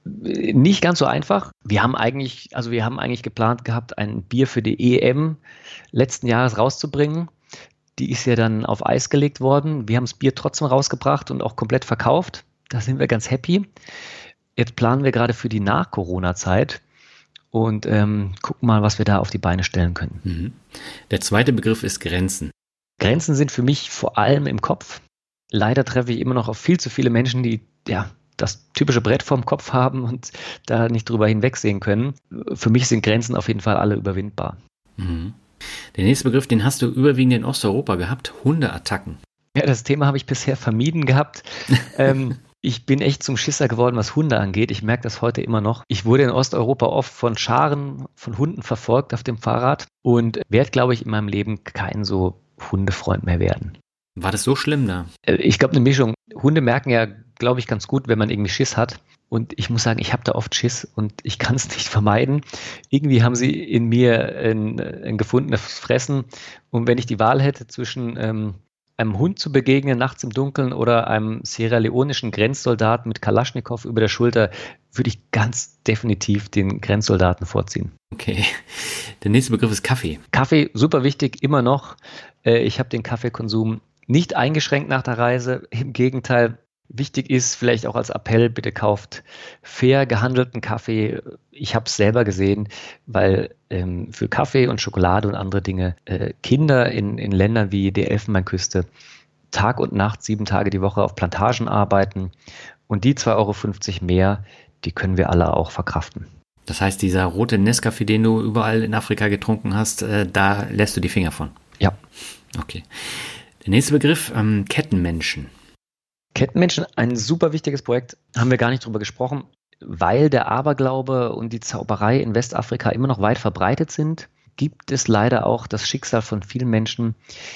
Nicht ganz so einfach. Wir haben eigentlich, also wir haben eigentlich geplant gehabt, ein Bier für die E M letzten Jahres rauszubringen. Die ist ja dann auf Eis gelegt worden. Wir haben das Bier trotzdem rausgebracht und auch komplett verkauft. Da sind wir ganz happy. Jetzt planen wir gerade für die Nach-Corona-Zeit und ähm, gucken mal, was wir da auf die Beine stellen können. Mhm. Der zweite Begriff ist Grenzen. Grenzen sind für mich vor allem im Kopf. Leider treffe ich immer noch auf viel zu viele Menschen, die ja das typische Brett vorm Kopf haben und da nicht drüber hinwegsehen können. Für mich sind Grenzen auf jeden Fall alle überwindbar. Mhm. Der nächste Begriff, den hast du überwiegend in Osteuropa gehabt, Hundeattacken. Ja, das Thema habe ich bisher vermieden gehabt. ähm, ich bin echt zum Schisser geworden, was Hunde angeht. Ich merke das heute immer noch. Ich wurde in Osteuropa oft von Scharen von Hunden verfolgt auf dem Fahrrad und werde, glaube ich, in meinem Leben kein so Hundefreund mehr werden. War das so schlimm da? Ich glaube, eine Mischung. Hunde merken ja, glaube ich, ganz gut, wenn man irgendwie Schiss hat. Und ich muss sagen, ich habe da oft Schiss und ich kann es nicht vermeiden. Irgendwie haben sie in mir ein, ein gefundenes Fressen. Und wenn ich die Wahl hätte zwischen ähm, einem Hund zu begegnen, nachts im Dunkeln, oder einem sierra-leonischen Grenzsoldaten mit Kalaschnikow über der Schulter, würde ich ganz definitiv den Grenzsoldaten vorziehen. Okay. Der nächste Begriff ist Kaffee. Kaffee, super wichtig, immer noch. Ich habe den Kaffeekonsum nicht eingeschränkt nach der Reise. Im Gegenteil, wichtig ist vielleicht auch als Appell, bitte kauft fair gehandelten Kaffee. Ich habe es selber gesehen, weil ähm, für Kaffee und Schokolade und andere Dinge äh, Kinder in, in Ländern wie der Elfenbeinküste Tag und Nacht, sieben Tage die Woche auf Plantagen arbeiten. Und die zwei Euro fünfzig mehr, die können wir alle auch verkraften. Das heißt, dieser rote Nescafé, den du überall in Afrika getrunken hast, äh, da lässt du die Finger von? Ja. Okay. Der nächste Begriff, ähm, Kettenmenschen. Kettenmenschen, ein super wichtiges Projekt, haben wir gar nicht drüber gesprochen, weil der Aberglaube und die Zauberei in Westafrika immer noch weit verbreitet sind, gibt es leider auch das Schicksal von vielen Menschen,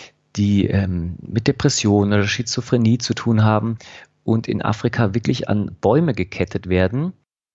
die ähm, mit Depressionen oder Schizophrenie zu tun haben und in Afrika wirklich an Bäume gekettet werden,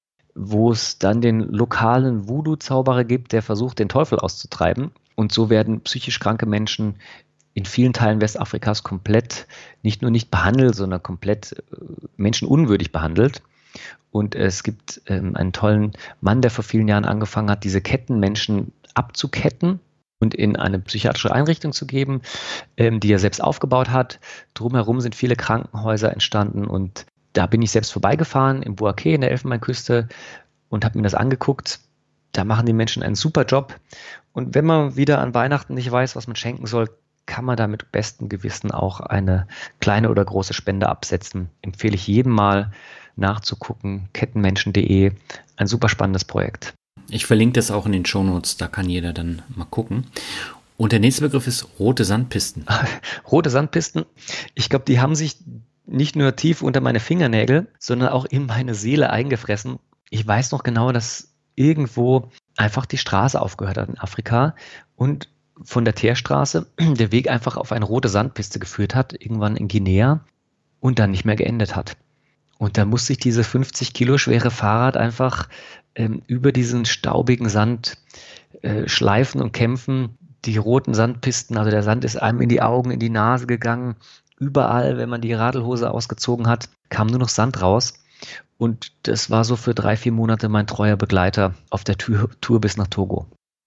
wo es dann den lokalen Voodoo-Zauberer gibt, der versucht, den Teufel auszutreiben. Und so werden psychisch kranke Menschen in vielen Teilen Westafrikas komplett, nicht nur nicht behandelt, sondern komplett äh, menschenunwürdig behandelt. Und es gibt ähm, einen tollen Mann, der vor vielen Jahren angefangen hat, diese Kettenmenschen abzuketten und in eine psychiatrische Einrichtung zu geben, ähm, die er selbst aufgebaut hat. Drumherum sind viele Krankenhäuser entstanden und da bin ich selbst vorbeigefahren in Bouaké in der Elfenbeinküste und habe mir das angeguckt. Da machen die Menschen einen super Job. Und wenn man wieder an Weihnachten nicht weiß, was man schenken soll, kann man da mit bestem Gewissen auch eine kleine oder große Spende absetzen. Empfehle ich jedem mal nachzugucken. kettenmenschen punkt de, ein super spannendes Projekt. Ich verlinke das auch in den Shownotes, da kann jeder dann mal gucken. Und der nächste Begriff ist rote Sandpisten. Rote Sandpisten, ich glaube, die haben sich nicht nur tief unter meine Fingernägel, sondern auch in meine Seele eingefressen. Ich weiß noch genau, dass irgendwo einfach die Straße aufgehört hat in Afrika und von der Teerstraße der Weg einfach auf eine rote Sandpiste geführt hat, irgendwann in Guinea und dann nicht mehr geendet hat. Und da musste ich diese fünfzig Kilo schwere Fahrrad einfach ähm, über diesen staubigen Sand äh, schleifen und kämpfen. Die roten Sandpisten, also der Sand ist einem in die Augen, in die Nase gegangen. Überall, wenn man die Radlhose ausgezogen hat, kam nur noch Sand raus. Und das war so für drei, vier Monate mein treuer Begleiter auf der Tour, Tour bis nach Togo.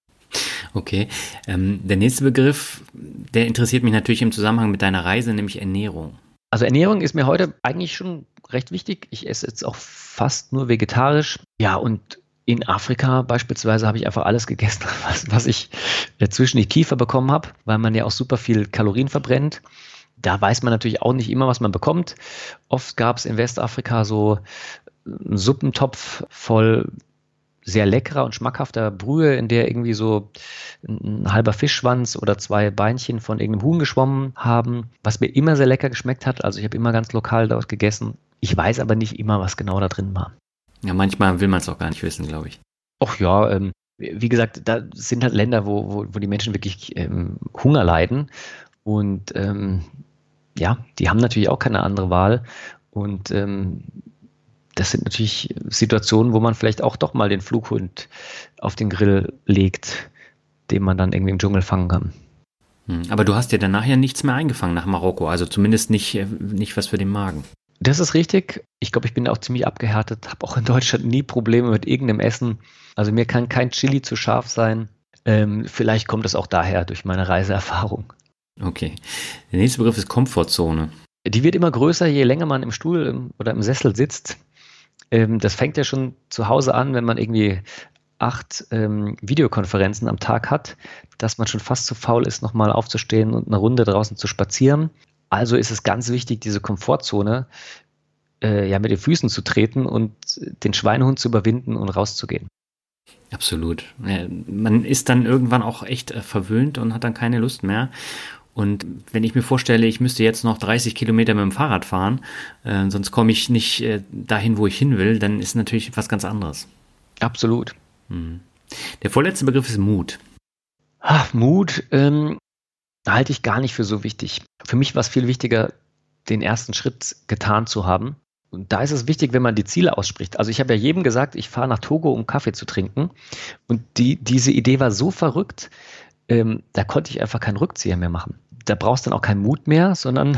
Okay, ähm, der nächste Begriff, der interessiert mich natürlich im Zusammenhang mit deiner Reise, nämlich Ernährung. Also Ernährung ist mir heute eigentlich schon recht wichtig. Ich esse jetzt auch fast nur vegetarisch. Ja, und in Afrika beispielsweise habe ich einfach alles gegessen, was, was ich zwischen die Kiefer bekommen habe, weil man ja auch super viel Kalorien verbrennt. Da weiß man natürlich auch nicht immer, was man bekommt. Oft gab es in Westafrika so einen Suppentopf voll sehr leckerer und schmackhafter Brühe, in der irgendwie so ein halber Fischschwanz oder zwei Beinchen von irgendeinem Huhn geschwommen haben, was mir immer sehr lecker geschmeckt hat. Also ich habe immer ganz lokal dort gegessen. Ich weiß aber nicht immer, was genau da drin war. Ja, manchmal will man es auch gar nicht wissen, glaube ich. Ach ja, ähm, wie gesagt, da sind halt Länder, wo, wo, wo die Menschen wirklich ähm, Hunger leiden. Und ähm, ja, die haben natürlich auch keine andere Wahl. Und ähm, das sind natürlich Situationen, wo man vielleicht auch doch mal den Flughund auf den Grill legt, den man dann irgendwie im Dschungel fangen kann. Aber du hast ja danach ja nichts mehr eingefangen nach Marokko, also zumindest nicht, nicht was für den Magen. Das ist richtig. Ich glaube, ich bin auch ziemlich abgehärtet, habe auch in Deutschland nie Probleme mit irgendeinem Essen. Also mir kann kein Chili zu scharf sein. Ähm, vielleicht kommt das auch daher durch meine Reiseerfahrung. Okay. Der nächste Begriff ist Komfortzone. Die wird immer größer, je länger man im Stuhl oder im Sessel sitzt. Ähm, das fängt ja schon zu Hause an, wenn man irgendwie acht ähm, Videokonferenzen am Tag hat, dass man schon fast zu faul ist, nochmal aufzustehen und eine Runde draußen zu spazieren. Also ist es ganz wichtig, diese Komfortzone äh, ja mit den Füßen zu treten und den Schweinehund zu überwinden und rauszugehen. Absolut. Ja, man ist dann irgendwann auch echt äh, verwöhnt und hat dann keine Lust mehr. Und wenn ich mir vorstelle, ich müsste jetzt noch dreißig Kilometer mit dem Fahrrad fahren, äh, sonst komme ich nicht äh, dahin, wo ich hin will, dann ist natürlich was ganz anderes. Absolut. Hm. Der vorletzte Begriff ist Mut. Ach, Mut ähm, halte ich gar nicht für so wichtig. Für mich war es viel wichtiger, den ersten Schritt getan zu haben. Und da ist es wichtig, wenn man die Ziele ausspricht. Also ich habe ja jedem gesagt, ich fahre nach Togo, um Kaffee zu trinken. Und die, diese Idee war so verrückt, ähm, da konnte ich einfach keinen Rückzieher mehr machen. Da brauchst du dann auch keinen Mut mehr, sondern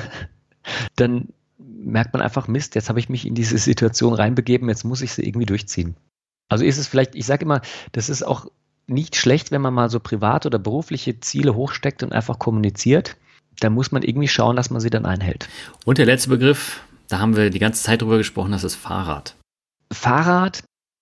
dann merkt man einfach, Mist, jetzt habe ich mich in diese Situation reinbegeben, jetzt muss ich sie irgendwie durchziehen. Also ist es vielleicht, ich sage immer, das ist auch nicht schlecht, wenn man mal so private oder berufliche Ziele hochsteckt und einfach kommuniziert. Da muss man irgendwie schauen, dass man sie dann einhält. Und der letzte Begriff, da haben wir die ganze Zeit drüber gesprochen, das ist Fahrrad. Fahrrad,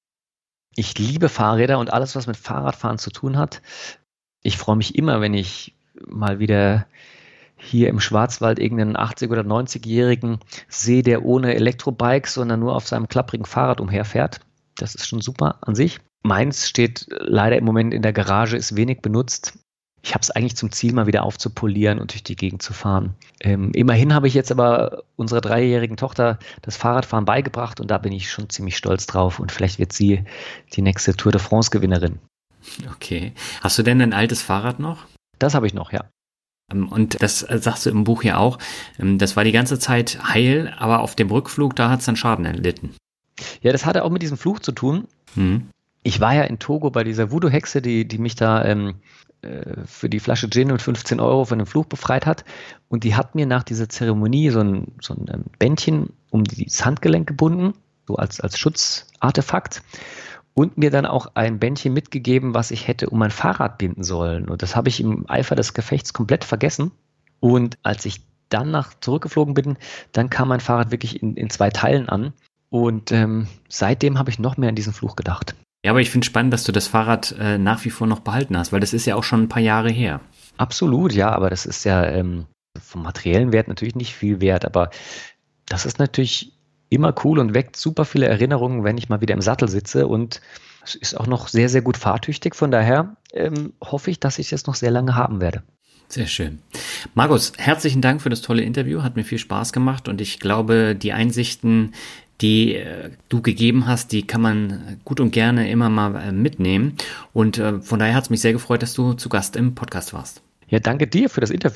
ich liebe Fahrräder und alles, was mit Fahrradfahren zu tun hat. Ich freue mich immer, wenn ich mal wieder hier im Schwarzwald irgendeinen achtzig- oder neunzigjährigen sehe, der ohne Elektrobike, sondern nur auf seinem klapprigen Fahrrad umherfährt. Das ist schon super an sich. Meins steht leider im Moment in der Garage, ist wenig benutzt. Ich habe es eigentlich zum Ziel, mal wieder aufzupolieren und durch die Gegend zu fahren. Ähm, immerhin habe ich jetzt aber unserer dreijährigen Tochter das Fahrradfahren beigebracht und da bin ich schon ziemlich stolz drauf und vielleicht wird sie die nächste Tour de France-Gewinnerin. Okay. Hast du denn ein altes Fahrrad noch? Das habe ich noch, ja. Und das sagst du im Buch ja auch, das war die ganze Zeit heil, aber auf dem Rückflug, da hat es dann Schaden erlitten. Ja, das hatte auch mit diesem Fluch zu tun. Hm. Ich war ja in Togo bei dieser Voodoo-Hexe, die, die mich da ähm, für die Flasche Gin und fünfzehn Euro von dem Fluch befreit hat. Und die hat mir nach dieser Zeremonie so ein, so ein Bändchen um das Handgelenk gebunden, so als, als Schutzartefakt. Und mir dann auch ein Bändchen mitgegeben, was ich hätte um mein Fahrrad binden sollen. Und das habe ich im Eifer des Gefechts komplett vergessen. Und als ich dann nach zurückgeflogen bin, dann kam mein Fahrrad wirklich in, in zwei Teilen an. Und ähm, seitdem habe ich noch mehr an diesen Fluch gedacht. Ja, aber ich finde es spannend, dass du das Fahrrad äh, nach wie vor noch behalten hast, weil das ist ja auch schon ein paar Jahre her. Absolut, ja, aber das ist ja ähm, vom materiellen Wert natürlich nicht viel wert, aber das ist natürlich immer cool und weckt super viele Erinnerungen, wenn ich mal wieder im Sattel sitze und es ist auch noch sehr, sehr gut fahrtüchtig, von daher ähm, hoffe ich, dass ich es noch sehr lange haben werde. Sehr schön. Markus, herzlichen Dank für das tolle Interview, hat mir viel Spaß gemacht und ich glaube, die Einsichten, die äh, du gegeben hast, die kann man gut und gerne immer mal äh, mitnehmen. Und äh, von daher hat es mich sehr gefreut, dass du zu Gast im Podcast warst. Ja, danke dir für das Interview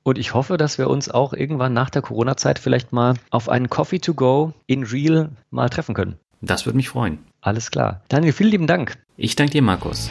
Und ich hoffe, dass wir uns auch irgendwann nach der Corona-Zeit vielleicht mal auf einen Coffee to go in Real mal treffen können. Das würde mich freuen. Alles klar. Daniel, vielen lieben Dank. Ich danke dir, Markus.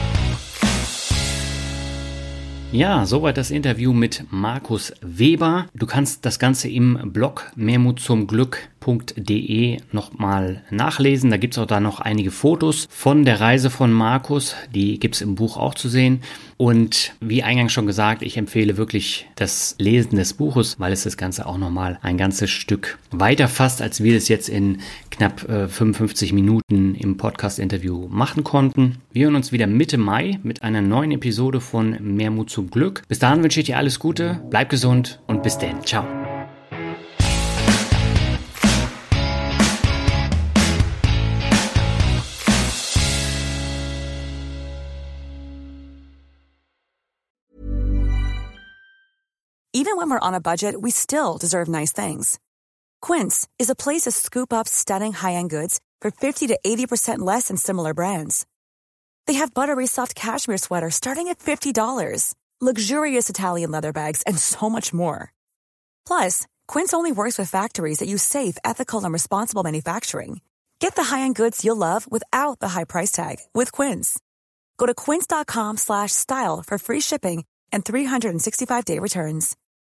Ja, soweit das Interview mit Markus Weber. Du kannst das Ganze im Blog mehrmutzumglück punkt de nochmal nachlesen. Da gibt es auch da noch einige Fotos von der Reise von Markus. Die gibt es im Buch auch zu sehen. Und wie eingangs schon gesagt, ich empfehle wirklich das Lesen des Buches, weil es das Ganze auch nochmal ein ganzes Stück weiter fasst, als wir es jetzt in knapp äh, fünfundfünfzig Minuten im Podcast-Interview machen konnten. Wir hören uns wieder Mitte Mai mit einer neuen Episode von Mehr Mut zum Glück. Bis dahin wünsche ich dir alles Gute, bleib gesund und bis dann. Ciao. Even when we're on a budget, we still deserve nice things. Quince is a place to scoop up stunning high-end goods for fifty to eighty percent less than similar brands. They have buttery soft cashmere sweaters starting at fifty dollars, luxurious Italian leather bags, and so much more. Plus, Quince only works with factories that use safe, ethical, and responsible manufacturing. Get the high-end goods you'll love without the high price tag with Quince. Go to quince dot com slash style for free shipping and three sixty-five day returns.